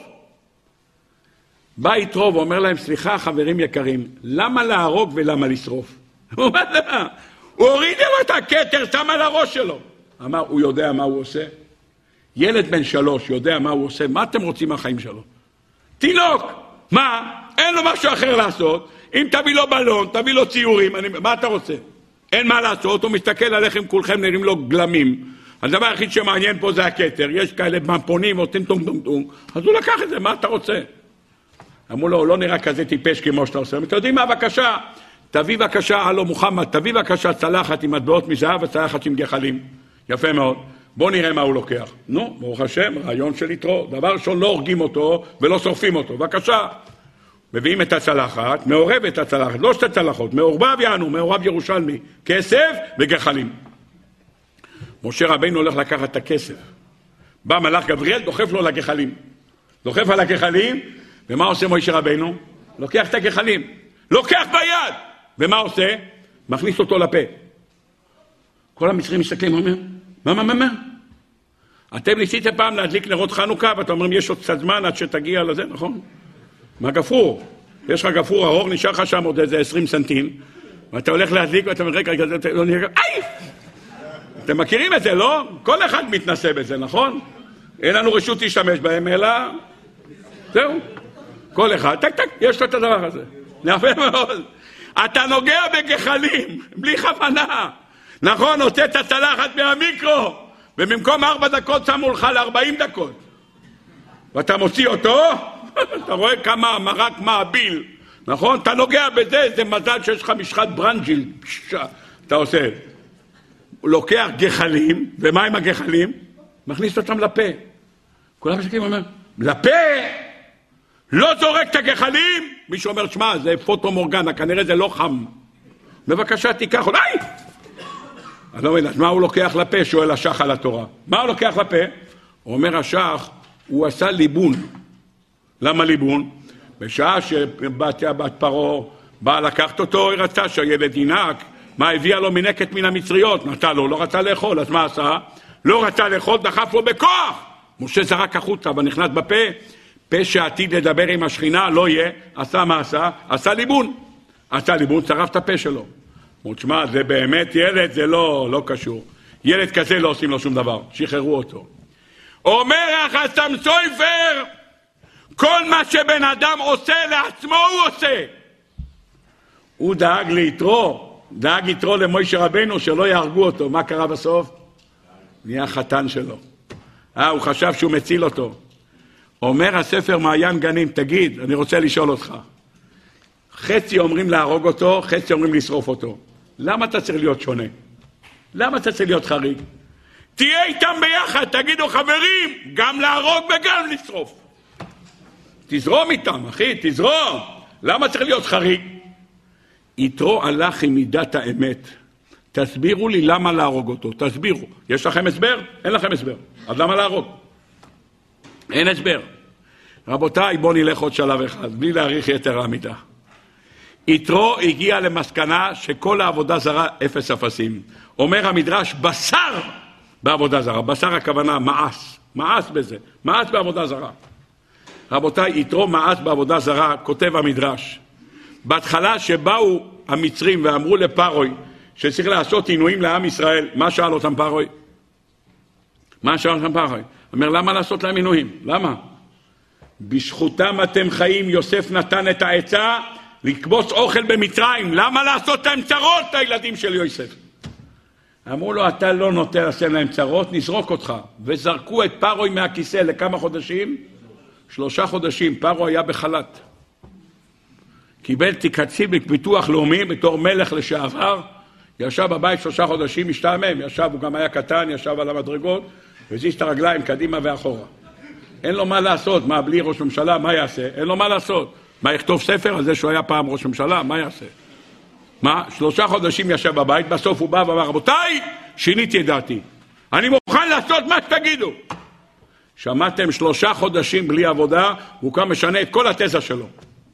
בא יתרו ואומר להם, סליחה חברים יקרים, למה להרוג ולמה לשרוף? הוא אומר למה? הוא הוריד לו את הכתר, שם על הראש שלו. אמר, הוא יודע מה הוא עושה? ילד בן שלוש יודע מה הוא עושה, מה אתם רוצים מהחיים שלו? תינוק, מה? אין לו משהו אחר לעשות, אם תביא לו בלון, תביא לו ציורים, אני... מה אתה רוצה? אין מה לעשות, הוא מסתכל עליכם, כולכם נראים לו גלמים, הדבר היחיד שמעניין פה זה הכתר, יש כאלה מפונים, עושים טום טום טום, אז הוא לקח את זה, מה אתה רוצה? אמרו לו, הוא לא נראה כזה טיפש כמו שאתה עושה, אתם יודעים מה, בבקשה, תביא בבקשה, הלו מוחמד, תביא בבקשה צלחת עם מטבעות מזהב וצלחת עם גחלים, יפה מאוד. בוא נראה מה הוא לוקח. נו, ברוך השם, רעיון של יתרו. דבר ראשון, לא הורגים אותו ולא שורפים אותו. בבקשה. מביאים את הצלחת, מעורב את הצלחת, לא שתי צלחות, מעורבב יענו, מעורב ירושלמי, כסף וגחלים. משה רבינו הולך לקחת את הכסף. בא מלאך גבריאל, דוחף לו לגחלים. דוחף על הגחלים, ומה עושה משה רבינו? לוקח את הגחלים. לוקח ביד! ומה עושה? מכניס אותו לפה. כל המצרים מסתכלים, אומר, מה, מה, מה, מה? אתם ניסיתם פעם להדליק נרות חנוכה, ואתם אומרים, יש עוד קצת זמן עד שתגיע לזה, נכון? מה גפרור? יש לך גפרור ארוך, נשאר לך שם עוד איזה עשרים סנטים, ואתה הולך להדליק, ואתה אומר, רגע, רגע, לא נראה, איי! אתם מכירים את זה, לא? כל אחד מתנסה בזה, נכון? אין לנו רשות להשתמש בהם, אלא... זהו. כל אחד, טק טק, יש לו את הדבר הזה. יפה מאוד. אתה נוגע בגחלים, בלי כוונה. נכון, הוצאת הצלחת מהמיקרו, ובמקום ארבע דקות שמו לך לארבעים דקות. ואתה מוציא אותו, אתה רואה כמה מרק מעביל. נכון? אתה נוגע בזה, זה מזל שיש לך משחת ברנג'יל. אתה עושה. הוא לוקח גחלים, ומה עם הגחלים? מכניס אותם לפה. כולם מסתכלים ואומר, לפה? לא זורק את הגחלים? מישהו אומר, שמע, זה פוטו מורגנה, כנראה זה לא חם. בבקשה, תיקח, אולי! אני לא מבין, אז מה הוא לוקח לפה? שואל השח על התורה. מה הוא לוקח לפה? הוא אומר השח, הוא עשה ליבון. למה ליבון? בשעה שבתיה בת פרו באה לקחת אותו, היא רצה שהילד ינק, מה הביאה לו מנקת מן המצריות? נתן לו, לא רצה לאכול, אז מה עשה? לא רצה לאכול, דחף לו בכוח. משה זרק החוצה ונכנס בפה, פה שעתיד לדבר עם השכינה, לא יהיה, עשה מה עשה? עשה ליבון. עשה ליבון, צרף את הפה שלו. הוא תשמע, זה באמת ילד, זה לא, לא קשור. ילד כזה לא עושים לו שום דבר, שחררו אותו. אומר החסם סויפר, כל מה שבן אדם עושה לעצמו הוא עושה. הוא דאג ליתרו, דאג יתרו למוישה רבנו שלא יהרגו אותו. מה קרה בסוף? נהיה חתן שלו. אה, הוא חשב שהוא מציל אותו. אומר הספר מעיין גנים, תגיד, אני רוצה לשאול אותך. חצי אומרים להרוג אותו, חצי אומרים לשרוף אותו. למה אתה צריך להיות שונה? למה אתה צריך להיות חריג? תהיה איתם ביחד, תגידו חברים, גם להרוג וגם לשרוף. תזרום איתם, אחי, תזרום. למה צריך להיות חריג? יתרו הלך עם מידת האמת. תסבירו לי למה להרוג אותו, תסבירו. יש לכם הסבר? אין לכם הסבר. אז למה להרוג? אין הסבר. רבותיי, בואו נלך עוד שלב אחד, בלי להאריך יתר המידה. יתרו הגיע למסקנה שכל העבודה זרה אפס אפסים. אומר המדרש, בשר בעבודה זרה. בשר הכוונה מאס. מאס בזה. מאס בעבודה זרה. רבותיי, יתרו מאס בעבודה זרה, כותב המדרש. בהתחלה שבאו המצרים ואמרו לפרוי שצריך לעשות עינויים לעם ישראל, מה שאל אותם פרוי? מה שאל אותם פרוי? אומר, למה לעשות להם עינויים? למה? בשחותם אתם חיים, יוסף נתן את העצה לקבוץ אוכל במצרים. למה לעשות להם צרות, הילדים של יוסף? אמרו לו, אתה לא נוטה לעשות להם צרות, נזרוק אותך. וזרקו את פרוי מהכיסא לכמה חודשים? שלושה חודשים. פרוי היה בחל"ת. קיבל תקציב בביטוח לאומי בתור מלך לשעבר. ישב בבית שלושה חודשים, משתעמם. ישב, הוא גם היה קטן, ישב על המדרגות, והזיז את הרגליים קדימה ואחורה. אין לו מה לעשות. מה, בלי ראש ממשלה, מה יעשה? אין לו מה לעשות. מה, יכתוב ספר על זה שהוא היה פעם ראש ממשלה? מה יעשה? מה? שלושה חודשים ישב בבית, בסוף הוא בא ואמר, רבותיי, שיניתי את דעתי. אני מוכן לעשות מה שתגידו. שמעתם שלושה חודשים בלי עבודה, הוא כאן משנה את כל התזה שלו.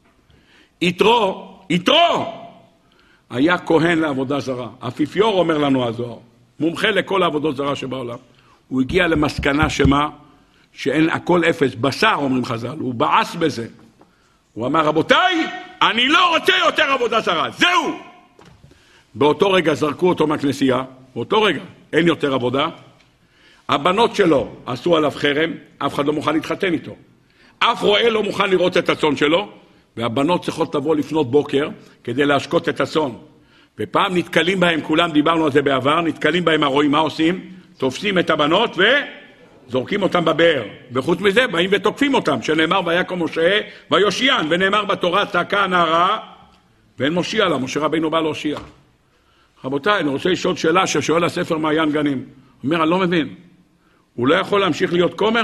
יתרו, יתרו, היה כהן לעבודה זרה. אפיפיור אומר לנו הזוהר, מומחה לכל העבודות זרה שבעולם. הוא הגיע למסקנה שמה? שאין הכל אפס. בשר, אומרים חז"ל, הוא בעס בזה. הוא אמר, רבותיי, אני לא רוצה יותר עבודה זרה, זהו! באותו רגע זרקו אותו מהכנסייה, באותו רגע, אין יותר עבודה. הבנות שלו עשו עליו חרם, אף אחד לא מוכן להתחתן איתו. אף רועה לא מוכן לראות את הצאן שלו, והבנות צריכות לבוא לפנות בוקר כדי להשקות את הצאן. ופעם נתקלים בהם, כולם דיברנו על זה בעבר, נתקלים בהם הרועים, מה עושים? תופסים את הבנות וזורקים אותם בבאר. וחוץ מזה באים ותוקפים אותם, שנאמר ויקום משה ויושיען, ונאמר בתורה צעקה הנערה, ואין מושיע לה, משה רבינו בא להושיע. רבותיי, אני רוצה לשאול שאלה ששואל הספר מעיין גנים. הוא אומר, אני לא מבין. הוא לא יכול להמשיך להיות כומר?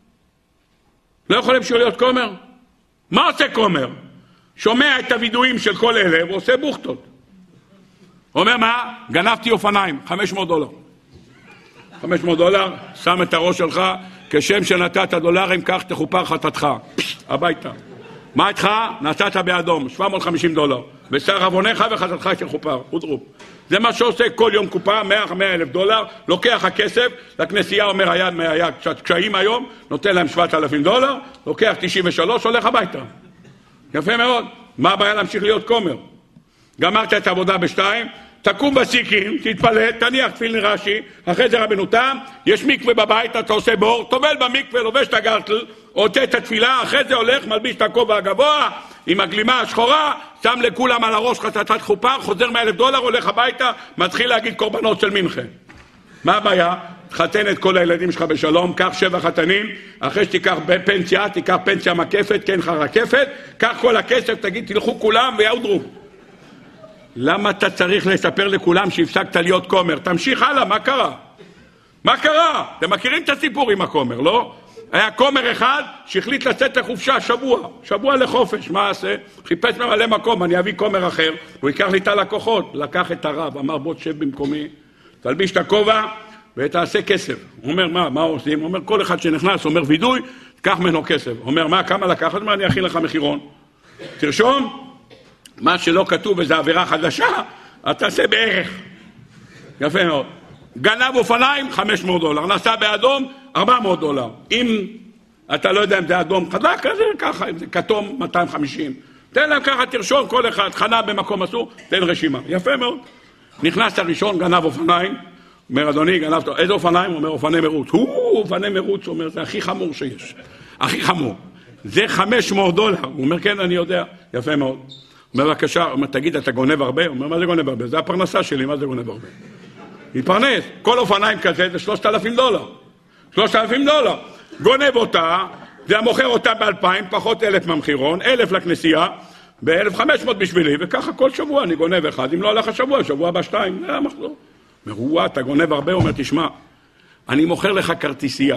לא יכול להמשיך להיות כומר? מה עושה כומר? שומע את הוידועים של כל אלה ועושה בוכטות. הוא אומר, מה? גנבתי אופניים, חמש מאות דולר. חמש מאות דולר, שם את הראש שלך, כשם שנתת דולרים, כך תחופר חטאתך. הביתה. מה איתך? נתת באדום, שבע מאות וחמישים דולר. ושר עוונך וחטאתך שחופר. אודרוב. זה מה שעושה כל יום קופה, מאה אלף דולר, לוקח הכסף, לכנסייה אומר, היה, היה קצת קשיים היום, נותן להם שבעת אלפים דולר, לוקח תשעים ושלוש, הולך הביתה. יפה מאוד. מה הבעיה להמשיך להיות כומר? גמרת את העבודה בשתיים, תקום בסיקים, תתפלל, תניח תפילין רש"י, אחרי זה רבנו תם, יש מקווה בבית, אתה עושה בור, טובל במקווה, לובש את הגרטל, עוטה את התפילה, אחרי זה הולך, מלביש את הכובע הגבוה, עם הגלימה השחורה, שם לכולם על הראש חטאת חופה, חוזר מאלף דולר, הולך הביתה, מתחיל להגיד קורבנות של מנחה. מה הבעיה? תחתן את כל הילדים שלך בשלום, קח שבע חתנים, אחרי שתיקח פנסיה, תיקח פנסיה מקפת, כן חרקפת, קח כל הכסף, תגיד, תלכו כולם ויעודרו. למה אתה צריך לספר לכולם שהפסקת להיות כומר? תמשיך הלאה, מה קרה? מה קרה? אתם מכירים את הסיפור עם הכומר, לא? היה כומר אחד שהחליט לצאת לחופשה שבוע, שבוע לחופש, מה עשה? חיפש ממלא מקום, אני אביא כומר אחר, הוא ייקח לי את הלקוחות, לקח את הרב, אמר בוא תשב במקומי, תלביש את הכובע ותעשה כסף. הוא אומר מה, מה עושים? הוא אומר כל אחד שנכנס, אומר וידוי, קח ממנו כסף. הוא אומר מה, כמה לקחת? מה, אני אכין לך מחירון. תרשום, מה שלא כתוב וזה עבירה חדשה, אתה תעשה בערך. יפה מאוד. גנב אופניים, חמש מאות דולר. נסע באדום, ארבע מאות דולר. אם אתה לא יודע אם זה אדום חזק, אז זה ככה, אם זה כתום, מאתיים וחמישים. תן להם ככה, תרשום כל אחד, חנה במקום אסור, תן רשימה. יפה מאוד. נכנס הראשון, גנב אופניים. אומר, אדוני, גנבת, איזה אופניים? הוא אומר, אופני מרוץ. הוא, אופני מרוץ, הוא אומר, זה הכי חמור שיש. הכי חמור. זה חמש מאות דולר. הוא אומר, כן, אני יודע. יפה מאוד. הוא אומר, בבקשה, הוא אומר, תגיד, אתה גונב הרבה? הוא אומר, מה זה גונב הרבה? זה הפרנסה שלי, מה זה גונב הרבה? להתפרנס. כל אופניים כזה זה שלושת אלפים דולר. שלושת אלפים דולר. גונב אותה, זה המוכר אותה באלפיים, פחות אלף ממחירון, אלף לכנסייה, באלף חמש מאות בשבילי, וככה כל שבוע אני גונב אחד. אם לא הלך השבוע, שבוע הבא שתיים, זה המחזור. אומר, וואה, אתה גונב הרבה? הוא אומר, תשמע, אני מוכר לך כרטיסייה.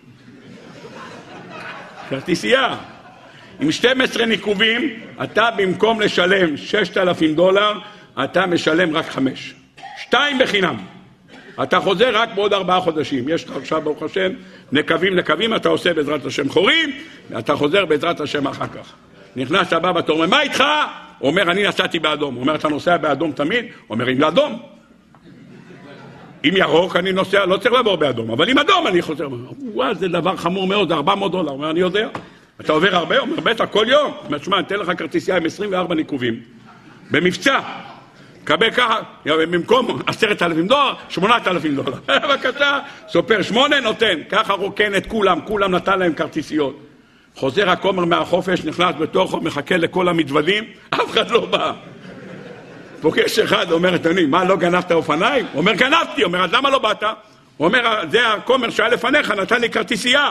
כרטיסייה. עם שנים עשר ניקובים, אתה במקום לשלם שישת אלפים דולר, אתה משלם רק חמש. שתיים בחינם. אתה חוזר רק בעוד ארבעה חודשים. יש לך עכשיו, ברוך השם, נקבים נקבים, אתה עושה בעזרת השם חורים, ואתה חוזר בעזרת השם אחר כך. נכנס הבא בתור, אומר, מה איתך? הוא אומר, אני נסעתי באדום. הוא אומר, אתה נוסע באדום תמיד? הוא אומר, אם לאדום. אם ירוק אני נוסע, לא צריך לעבור באדום, אבל אם אדום אני חוזר. וואו, זה דבר חמור מאוד, ארבע מאות דולר. הוא אומר, אני יודע. אתה עובר הרבה? הוא אומר, בטח, כל יום. הוא אומר, שמע, אני אתן לך כרטיסייה עם עשרים וארבע ניקובים. במבצע. קבל ככה, במקום עשרת אלפים דולר, שמונת אלפים דולר. בבקשה, סופר שמונה נותן. ככה רוקן את כולם, כולם נתן להם כרטיסיות. חוזר הכומר מהחופש, נכנס בתוכו, מחכה לכל המתוודים, אף אחד לא בא. פוגש אחד, אומר, תני, מה, לא גנבת אופניים? הוא אומר, גנבתי. הוא אומר, אז למה לא באת? הוא אומר, זה הכומר שהיה לפניך, נתן לי כרטיסייה.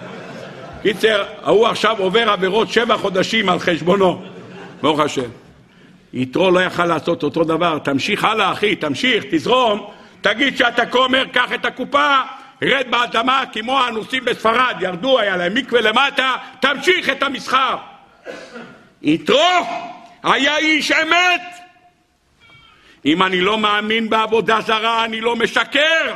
קיצר, הוא עכשיו עובר עבירות שבע חודשים על חשבונו. ברוך השם. יתרו לא יכל לעשות אותו דבר. תמשיך הלאה, אחי, תמשיך, תזרום. תגיד שאתה כומר, קח את הקופה, רד באדמה, כמו האנוסים בספרד, ירדו, היה להם מקווה למטה, תמשיך את המסחר. יתרו היה איש אמת. אם אני לא מאמין בעבודה זרה, אני לא משקר.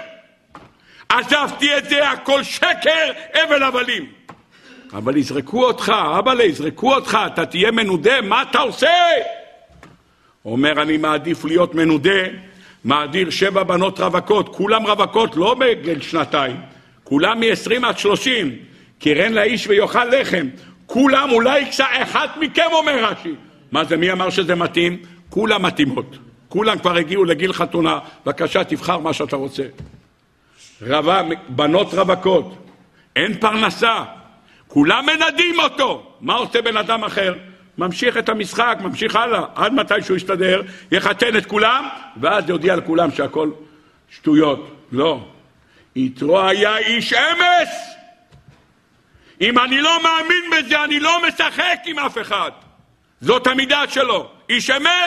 עזבתי את זה, הכל שקר, אבל הבלים. אבל יזרקו אותך, אבל יזרקו אותך, אתה תהיה מנודה, מה אתה עושה? אומר, אני מעדיף להיות מנודה, מעדיר שבע בנות רווקות, כולם רווקות, לא בגיל שנתיים, כולם מ-עשרים עד שלושים, קירן לאיש ויאכל לחם, כולם אולי אחד מכם, אומר רש"י. מה זה, מי אמר שזה מתאים? כולם מתאימות. כולם כבר הגיעו לגיל חתונה, בבקשה תבחר מה שאתה רוצה. רבה, בנות רווקות, אין פרנסה, כולם מנדים אותו. מה עושה בן אדם אחר? ממשיך את המשחק, ממשיך הלאה, עד מתי שהוא יסתדר, יחתן את כולם, ואז יודיע לכולם שהכל שטויות. לא. יתרו היה איש אמס. אם אני לא מאמין בזה, אני לא משחק עם אף אחד. זאת המידה שלו. איש אמת.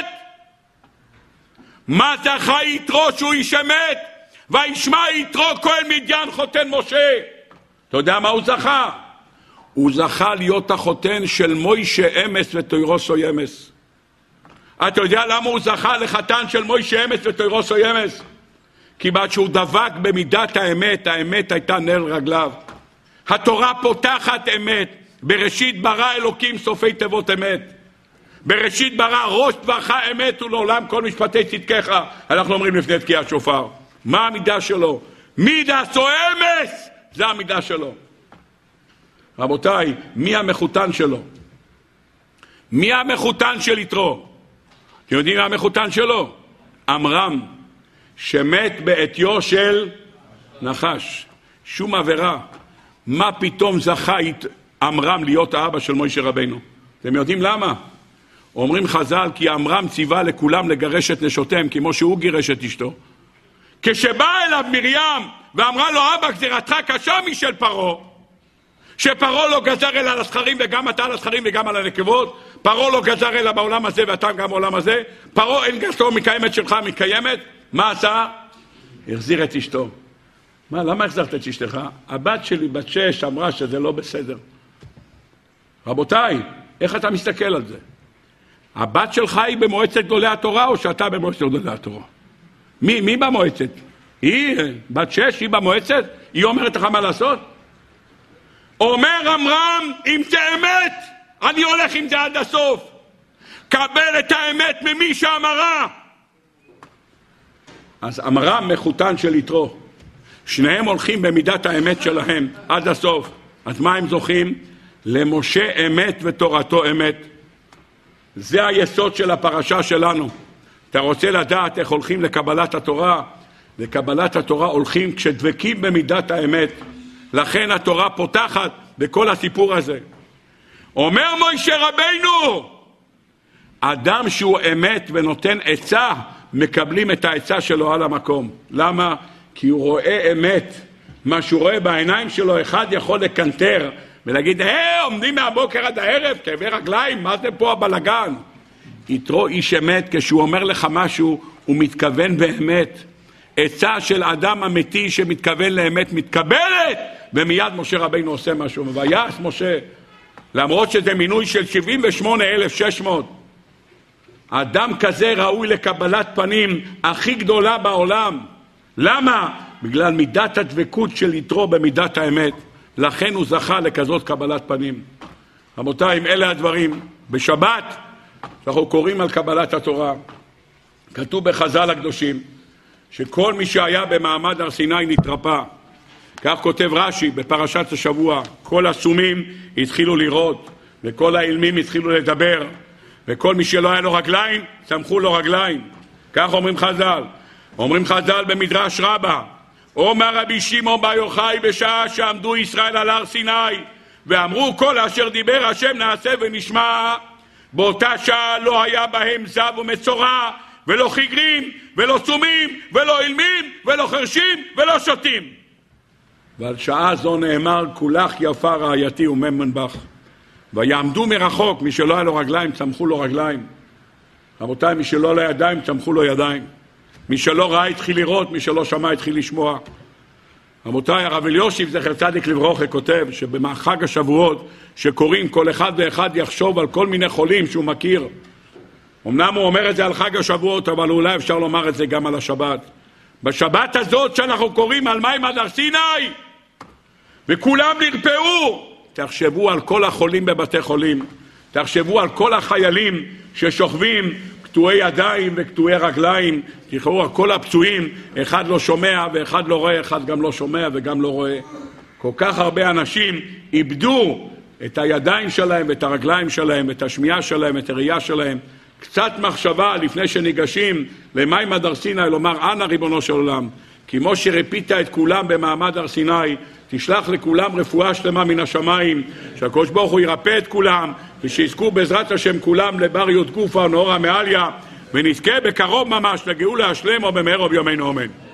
מה זכה יתרו שהוא איש אמת? וישמע יתרו כהן מדיין חותן משה. אתה יודע מה הוא זכה? הוא זכה להיות החותן של מוישה אמס ותוירוסו ימס. אתה יודע למה הוא זכה לחתן של מוישה אמס ותוירוסו ימס? כי בעד שהוא דבק במידת האמת, האמת הייתה נר רגליו. התורה פותחת אמת. בראשית ברא אלוקים סופי תיבות אמת. בראשית ברא ראש דברך אמת ולעולם כל משפטי צדקך. אנחנו אומרים לפני תקיע שופר. מה המידה שלו? מידה סו אמס. זה המידה שלו. רבותיי, מי המחותן שלו? מי המחותן של יתרו? אתם יודעים מה המחותן שלו? עמרם, שמת בעטיו של נחש. שום עבירה. מה פתאום זכה עמרם להיות האבא של מוישה רבינו? אתם יודעים למה? אומרים חז"ל, כי עמרם ציווה לכולם לגרש את נשותיהם, כמו שהוא גירש את אשתו. כשבא אליו מרים ואמרה לו, אבא, גזירתך קשה משל פרעה, שפרעה לא גזר אלה על הזכרים וגם אתה על הזכרים וגם על הנקבות, פרעה לא גזר אלה בעולם הזה ואתה גם בעולם הזה, פרעה אין גזתו מקיימת שלך מקיימת, מה עשה? החזיר את אשתו. מה, למה החזרת את אשתך? הבת שלי בת שש אמרה שזה לא בסדר. רבותיי, איך אתה מסתכל על זה? הבת שלך היא במועצת גדולי התורה או שאתה במועצת גדולי התורה? מי, מי במועצת? היא בת שש, היא במועצת? היא אומרת לך מה לעשות? אומר עמרם, אם זה אמת, אני הולך עם זה עד הסוף. קבל את האמת ממי שאמרה. אז עמרם מחותן של יתרו. שניהם הולכים במידת האמת שלהם עד הסוף. אז מה הם זוכים? למשה אמת ותורתו אמת. זה היסוד של הפרשה שלנו. אתה רוצה לדעת איך הולכים לקבלת התורה? לקבלת התורה הולכים כשדבקים במידת האמת. לכן התורה פותחת בכל הסיפור הזה. אומר מוישה רבינו, אדם שהוא אמת ונותן עצה, מקבלים את העצה שלו על המקום. למה? כי הוא רואה אמת. מה שהוא רואה בעיניים שלו, אחד יכול לקנטר ולהגיד, אה, עומדים מהבוקר עד הערב, כאבי רגליים, מה זה פה הבלגן? יתרו איש אמת, כשהוא אומר לך משהו, הוא מתכוון באמת. עצה של אדם אמיתי שמתכוון לאמת מתקבלת, ומיד משה רבינו עושה משהו. ויעש משה, למרות שזה מינוי של שבעים ושמונה אלף ושש מאות, אדם כזה ראוי לקבלת פנים הכי גדולה בעולם. למה? בגלל מידת הדבקות של יתרו במידת האמת. לכן הוא זכה לכזאת קבלת פנים. רבותיי, אם אלה הדברים, בשבת אנחנו קוראים על קבלת התורה. כתוב בחז"ל הקדושים שכל מי שהיה במעמד הר סיני נתרפא. כך כותב רש"י בפרשת השבוע, כל הסומים התחילו לראות וכל האילמים התחילו לדבר, וכל מי שלא היה לו רגליים צמחו לו רגליים. כך אומרים חז"ל. אומרים חז"ל במדרש רבה, אומר רבי שמעון בר יוחאי, בשעה שעמדו ישראל על הר סיני ואמרו כל אשר דיבר השם נעשה ונשמע, באותה שעה לא היה בהם זב ומצורע ולא חיגרים ולא סומים ולא אילמים ולא חרשים ולא שוטים. ועל שעה זו נאמר כולך יפה רעייתי וממנבך. ויעמדו מרחוק, מי שלא היה לו רגליים צמחו לו רגליים. רבותיי, מי שלא היה לו ידיים צמחו לו ידיים. מי שלא ראה התחיל לראות, מי שלא שמע התחיל לשמוע. רבותיי, הרב אליושיב זכר צדיק לברוכה כותב שבחג השבועות שקוראים, כל אחד ואחד יחשוב על כל מיני חולים שהוא מכיר. אמנם הוא אומר את זה על חג השבועות, אבל אולי אפשר לומר את זה גם על השבת. בשבת הזאת שאנחנו קוראים על מים עד הר סיני וכולם נרפאו, תחשבו על כל החולים בבתי חולים, תחשבו על כל החיילים ששוכבים קטועי ידיים וקטועי רגליים, תראו על כל הפצועים, אחד לא שומע ואחד לא רואה, אחד גם לא שומע וגם לא רואה. כל כך הרבה אנשים איבדו את הידיים שלהם, את הרגליים שלהם, את השמיעה שלהם, את הראייה שלהם. קצת מחשבה לפני שניגשים למים עד הר סיני, לומר אנא ריבונו של עולם, כמו שרפית את כולם במעמד הר סיני, תשלח לכולם רפואה שלמה מן השמיים, שהקדוש ברוך הוא ירפא את כולם, ושיזכו בעזרת השם כולם לבר י' גופה ונאורה מעליה, ונזכה בקרוב ממש לגאולה השלמה במהרה בימינו אמן.